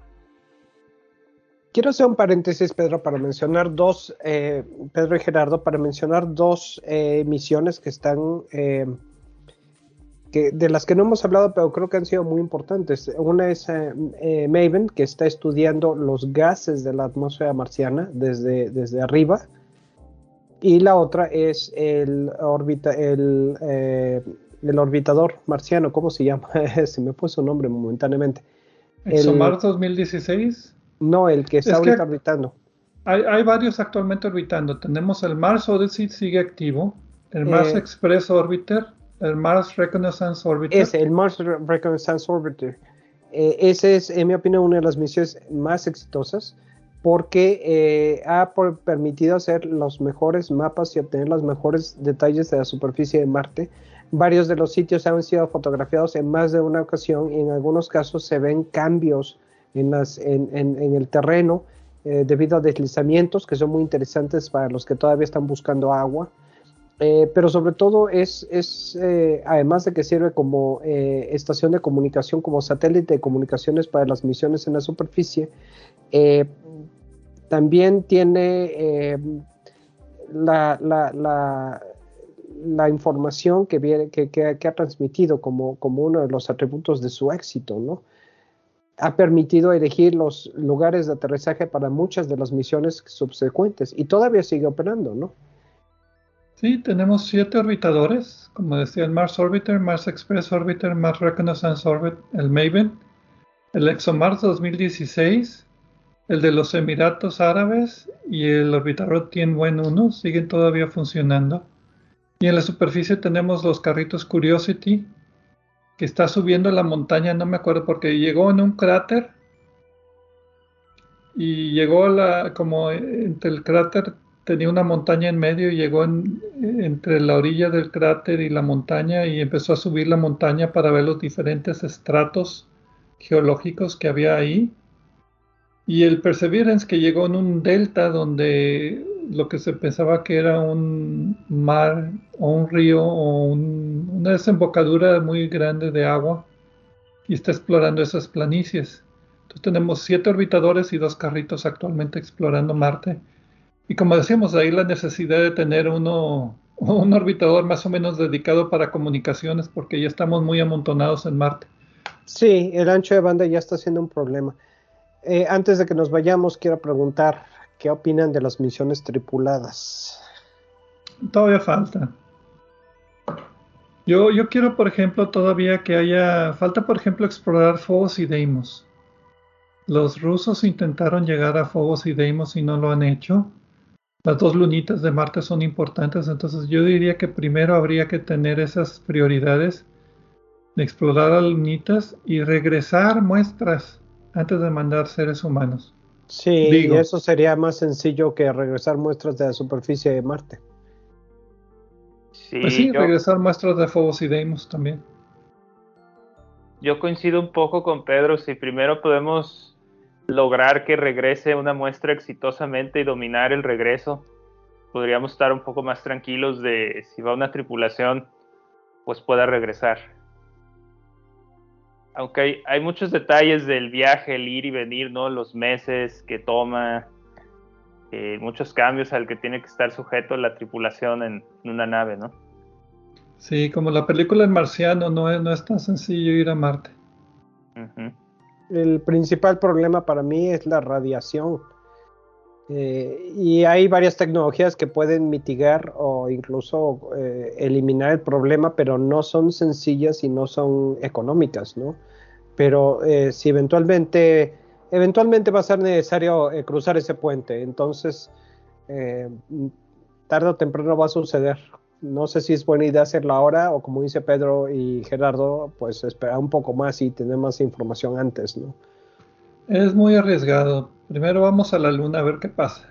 Quiero hacer un paréntesis, Pedro, para mencionar dos, eh, Pedro y Gerardo, para mencionar dos eh, misiones que están, eh, que, de las que no hemos hablado, pero creo que han sido muy importantes. Una es eh, eh, Maven, que está estudiando los gases de la atmósfera marciana desde, desde arriba. Y la otra es el, orbita, el, eh, el orbitador marciano, ¿cómo se llama? Se me fue su nombre momentáneamente. ¿ExoMars el, dos mil dieciséis? No, el que está es ahorita que orbitando. Hay, hay varios actualmente orbitando. Tenemos el Mars Odyssey, sigue activo. El Mars eh, Express Orbiter. El Mars Reconnaissance Orbiter. Ese, el Mars Reconnaissance Orbiter. Eh, ese es, en mi opinión, una de las misiones más exitosas, porque eh, ha por, permitido hacer los mejores mapas y obtener los mejores detalles de la superficie de Marte. Varios de los sitios han sido fotografiados en más de una ocasión y en algunos casos se ven cambios en, las, en, en, en el terreno eh, debido a deslizamientos que son muy interesantes para los que todavía están buscando agua. Eh, pero sobre todo es, es eh, además de que sirve como eh, estación de comunicación, como satélite de comunicaciones para las misiones en la superficie, eh, también tiene eh, la, la, la, la información que, viene, que, que, que ha transmitido como, como uno de los atributos de su éxito, ¿no? Ha permitido elegir los lugares de aterrizaje para muchas de las misiones subsecuentes y todavía sigue operando, ¿no? Sí, tenemos siete orbitadores, como decía el Mars Orbiter, Mars Express Orbiter, Mars Reconnaissance Orbit, el MAVEN, el ExoMars dos mil dieciséis, el de los Emiratos Árabes y el orbitador Tianwen uno siguen todavía funcionando. Y en la superficie tenemos los carritos Curiosity, que está subiendo la montaña, no me acuerdo, porque llegó en un cráter y llegó a la, como entre el cráter tenía una montaña en medio y llegó en, entre la orilla del cráter y la montaña y empezó a subir la montaña para ver los diferentes estratos geológicos que había ahí. Y el Perseverance, que llegó en un delta donde lo que se pensaba que era un mar o un río o un, una desembocadura muy grande de agua y está explorando esas planicies. Entonces tenemos siete orbitadores y dos carritos actualmente explorando Marte. Y como decíamos, ahí la necesidad de tener uno, un orbitador más o menos dedicado para comunicaciones porque ya estamos muy amontonados en Marte. Sí, el ancho de banda ya está siendo un problema. Eh, antes de que nos vayamos, quiero preguntar, ¿qué opinan de las misiones tripuladas? Todavía falta. Yo, yo quiero, por ejemplo, todavía que haya... Falta, por ejemplo, explorar Phobos y Deimos. Los rusos intentaron llegar a Phobos y Deimos y no lo han hecho. Las dos lunitas de Marte son importantes, entonces yo diría que primero habría que tener esas prioridades de explorar a lunitas y regresar muestras antes de mandar seres humanos. Sí, Digo, y eso sería más sencillo que regresar muestras de la superficie de Marte. Sí, pues sí, yo, regresar muestras de Phobos y Deimos también. yo coincido un poco con Pedro. Si primero podemos lograr que regrese una muestra exitosamente y dominar el regreso, podríamos estar un poco más tranquilos de si va una tripulación, pues pueda regresar. Aunque hay, hay muchos detalles del viaje, el ir y venir, ¿no? Los meses que toma, eh, muchos cambios al que tiene que estar sujeto la tripulación en, en una nave, ¿no? Sí, como la película El Marciano, no es, no es tan sencillo ir a Marte. Uh-huh. El principal problema para mí es la radiación. Eh, y hay varias tecnologías que pueden mitigar o incluso eh, eliminar el problema, pero no son sencillas y no son económicas, ¿no? Pero eh, si eventualmente, eventualmente va a ser necesario eh, cruzar ese puente, entonces eh, tarde o temprano va a suceder. No sé si es buena idea hacerlo ahora o, como dice Pedro y Gerardo, pues esperar un poco más y tener más información antes, ¿no? Es muy arriesgado. Primero vamos a la Luna a ver qué pasa.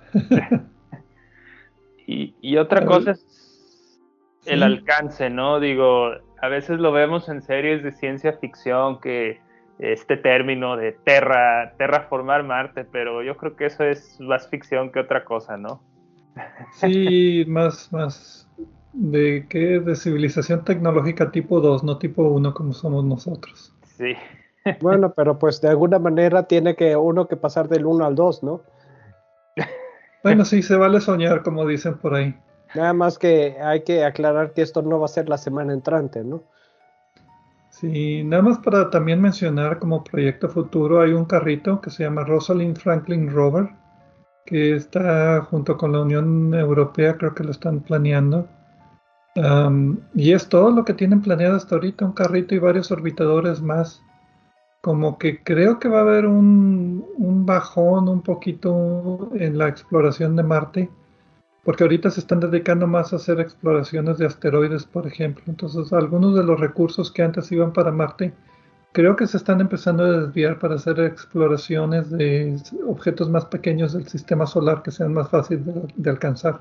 y, y otra Pero, cosa es el sí. alcance, ¿no? Digo, a veces lo vemos en series de ciencia ficción que este término de terra, terraformar Marte, pero yo creo que eso es más ficción que otra cosa, ¿no? Sí, más, más de qué, de civilización tecnológica tipo dos, no tipo uno como somos nosotros. Sí. Bueno, pero pues de alguna manera tiene que uno que pasar del uno al dos, ¿no? Bueno, sí, se vale soñar, como dicen por ahí. Nada más que hay que aclarar que esto no va a ser la semana entrante, ¿no? Sí, nada más para también mencionar como proyecto futuro, hay un carrito que se llama Rosalind Franklin Rover, que está junto con la Unión Europea, creo que lo están planeando. Um, y es todo lo que tienen planeado hasta ahorita, un carrito y varios orbitadores más. Como que creo que va a haber un, un bajón un poquito en la exploración de Marte, porque ahorita se están dedicando más a hacer exploraciones de asteroides, por ejemplo. Entonces, algunos de los recursos que antes iban para Marte, creo que se están empezando a desviar para hacer exploraciones de objetos más pequeños del sistema solar que sean más fáciles de, de alcanzar.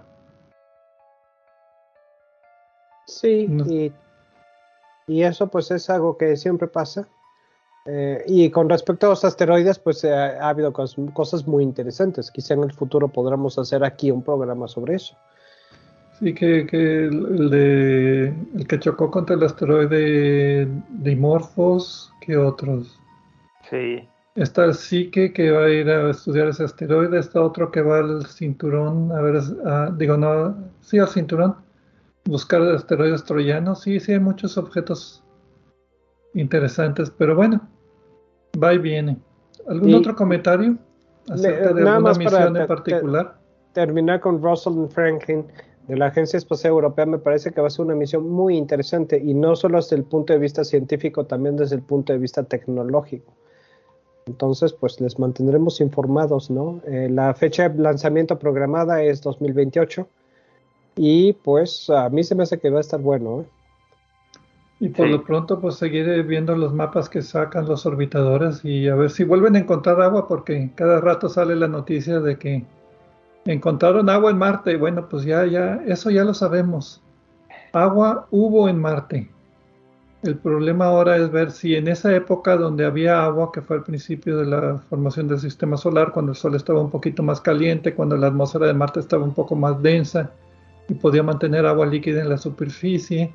Sí, No. y, y eso pues es algo que siempre pasa. Eh, y con respecto a los asteroides, pues eh, ha habido cos- cosas muy interesantes. Quizá en el futuro podremos hacer aquí un programa sobre eso. Sí, que, que el, el de, el que chocó contra el asteroide Dimorphos, ¿qué otros? Sí. Está el Psique que va a ir a estudiar ese asteroide, está otro que va al cinturón, a ver, a- digo, no, sí, al cinturón, buscar asteroides troyanos. Sí, sí, hay muchos objetos interesantes, pero bueno, va y viene. ¿Algún Y otro comentario le- acerca de nada alguna más para misión en te- te- particular? terminar con Rosalind Franklin de la Agencia Espacial Europea, me parece que va a ser una misión muy interesante y no solo desde el punto de vista científico, también desde el punto de vista tecnológico. Entonces, pues les mantendremos informados, ¿no? Eh, la fecha de lanzamiento programada es dos mil veintiocho y pues a mí se me hace que va a estar bueno, ¿eh? Y por Sí. lo pronto, pues seguiré viendo los mapas que sacan los orbitadores y a ver si vuelven a encontrar agua, porque cada rato sale la noticia de que encontraron agua en Marte. Y bueno, pues ya, ya, eso ya lo sabemos. Agua hubo en Marte. El problema ahora es ver si en esa época donde había agua, que fue al principio de la formación del sistema solar, cuando el Sol estaba un poquito más caliente, cuando la atmósfera de Marte estaba un poco más densa y podía mantener agua líquida en la superficie,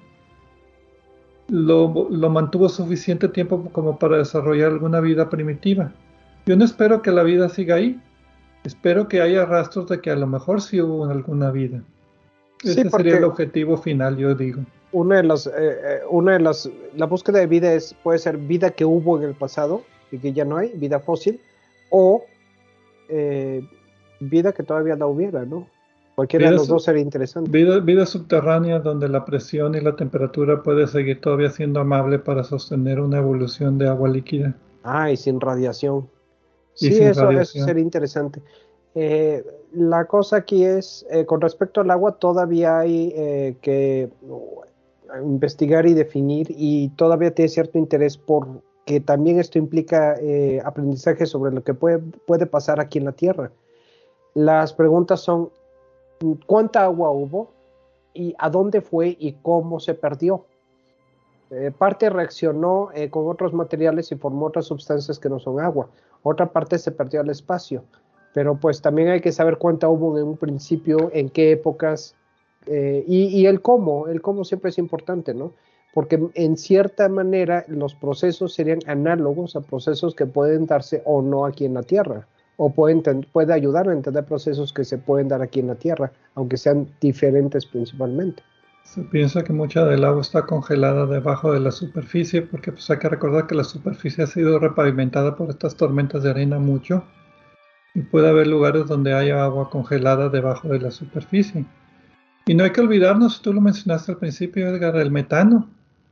lo, lo mantuvo suficiente tiempo como para desarrollar alguna vida primitiva. Yo no espero que la vida siga ahí, espero que haya rastros de que a lo mejor sí hubo alguna vida. Sí, Ese sería el porque objetivo final, yo digo. una de las, eh, eh, una de las, la búsqueda de vida es, puede ser vida que hubo en el pasado y que ya no hay, vida fósil, o eh, vida que todavía la hubiera, ¿no? Cualquiera de Vida, los dos sería interesante. vida, vida subterránea donde la presión y la temperatura puede seguir todavía siendo amable para sostener una evolución de agua líquida Ah, y sin radiación. y Sí, sin eso, eso radiación. sería interesante. Eh, la cosa aquí es, eh, con respecto al agua, todavía hay eh, que uh, investigar y definir y todavía tiene cierto interés porque también esto implica eh, aprendizaje sobre lo que puede, puede pasar aquí en la Tierra. Las preguntas son, ¿cuánta agua hubo? ¿Y a dónde fue y cómo se perdió? Eh, parte reaccionó eh, con otros materiales y formó otras sustancias que no son agua. Otra parte se perdió al espacio. Pero pues también hay que saber cuánta hubo en un principio, en qué épocas, eh, y, y el cómo. El cómo siempre es importante, ¿no? Porque en cierta manera los procesos serían análogos a procesos que pueden darse o no aquí en la Tierra. O puede, puede ayudar a entender procesos que se pueden dar aquí en la Tierra, aunque sean diferentes principalmente. Se piensa que mucha del agua está congelada debajo de la superficie porque pues hay que recordar que la superficie ha sido repavimentada por estas tormentas de arena mucho y puede haber lugares donde haya agua congelada debajo de la superficie. Y no hay que olvidarnos, tú lo mencionaste al principio, Edgar, el metano.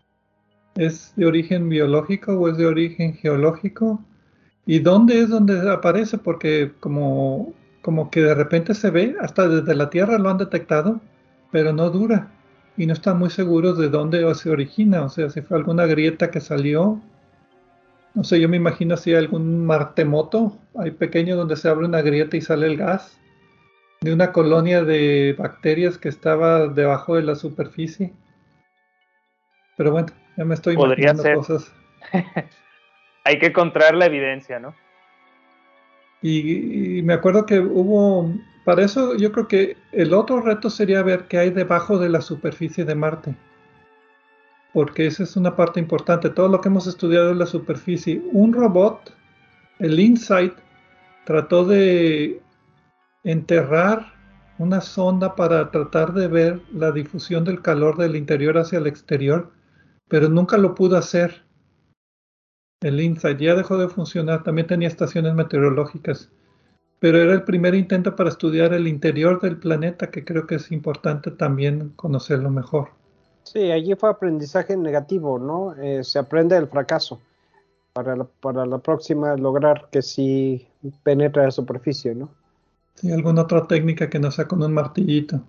¿Es de origen biológico o es de origen geológico? ¿Y dónde es donde aparece? Porque como, como que de repente se ve, hasta desde la Tierra lo han detectado, pero no dura. Y no están muy seguros de dónde se origina. O sea, si fue alguna grieta que salió. No sé, yo me imagino si hay algún martemoto, hay pequeño donde se abre una grieta y sale el gas, de una colonia de bacterias que estaba debajo de la superficie. Pero bueno, ya me estoy Podría imaginando ser. cosas. Hay que encontrar la evidencia, ¿no? Y, y me acuerdo que hubo, para eso yo creo que el otro reto sería ver qué hay debajo de la superficie de Marte, porque esa es una parte importante. Todo lo que hemos estudiado en la superficie, un robot, el InSight, trató de enterrar una sonda para tratar de ver la difusión del calor del interior hacia el exterior, pero nunca lo pudo hacer. El InSight ya dejó de funcionar, también tenía estaciones meteorológicas, pero era el primer intento para estudiar el interior del planeta, que creo que es importante también conocerlo mejor. Sí, allí fue aprendizaje negativo, ¿no? Eh, se aprende del fracaso para la, para la próxima lograr que sí penetre a la superficie, ¿no? ¿Sí? ¿Alguna otra técnica que no sea con un martillito?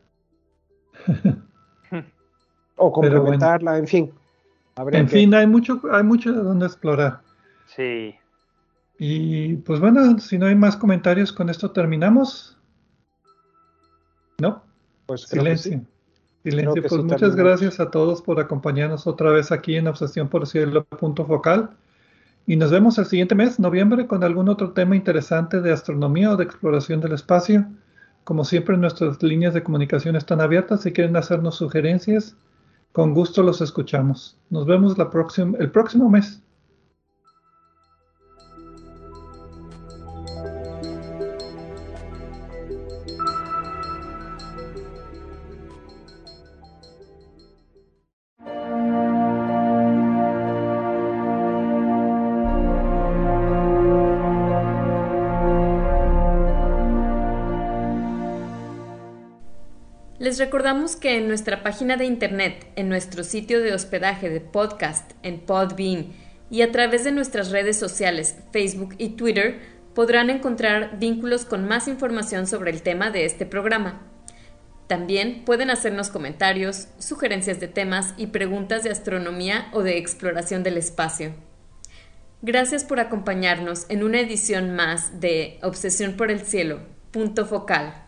O Pero bueno, complementarla, en fin, habría en que... fin, hay mucho, hay mucho de donde explorar. Sí. Y pues bueno, si no hay más comentarios, con esto terminamos. ¿No? Pues creo que sí, Silencio. creo Silencio. que Pues sí muchas terminamos. gracias a todos por acompañarnos otra vez aquí en Obsesión por el Cielo, punto focal. Y nos vemos el siguiente mes, noviembre, con algún otro tema interesante de astronomía o de exploración del espacio. Como siempre, nuestras líneas de comunicación están abiertas. Si quieren hacernos sugerencias, con gusto los escuchamos. Nos vemos la próxima, el próximo mes. Les recordamos que en nuestra página de internet, en nuestro sitio de hospedaje de podcast, en Podbean y a través de nuestras redes sociales, Facebook y Twitter, podrán encontrar vínculos con más información sobre el tema de este programa. También pueden hacernos comentarios, sugerencias de temas y preguntas de astronomía o de exploración del espacio. Gracias por acompañarnos en una edición más de Obsesión por el Cielo, punto focal.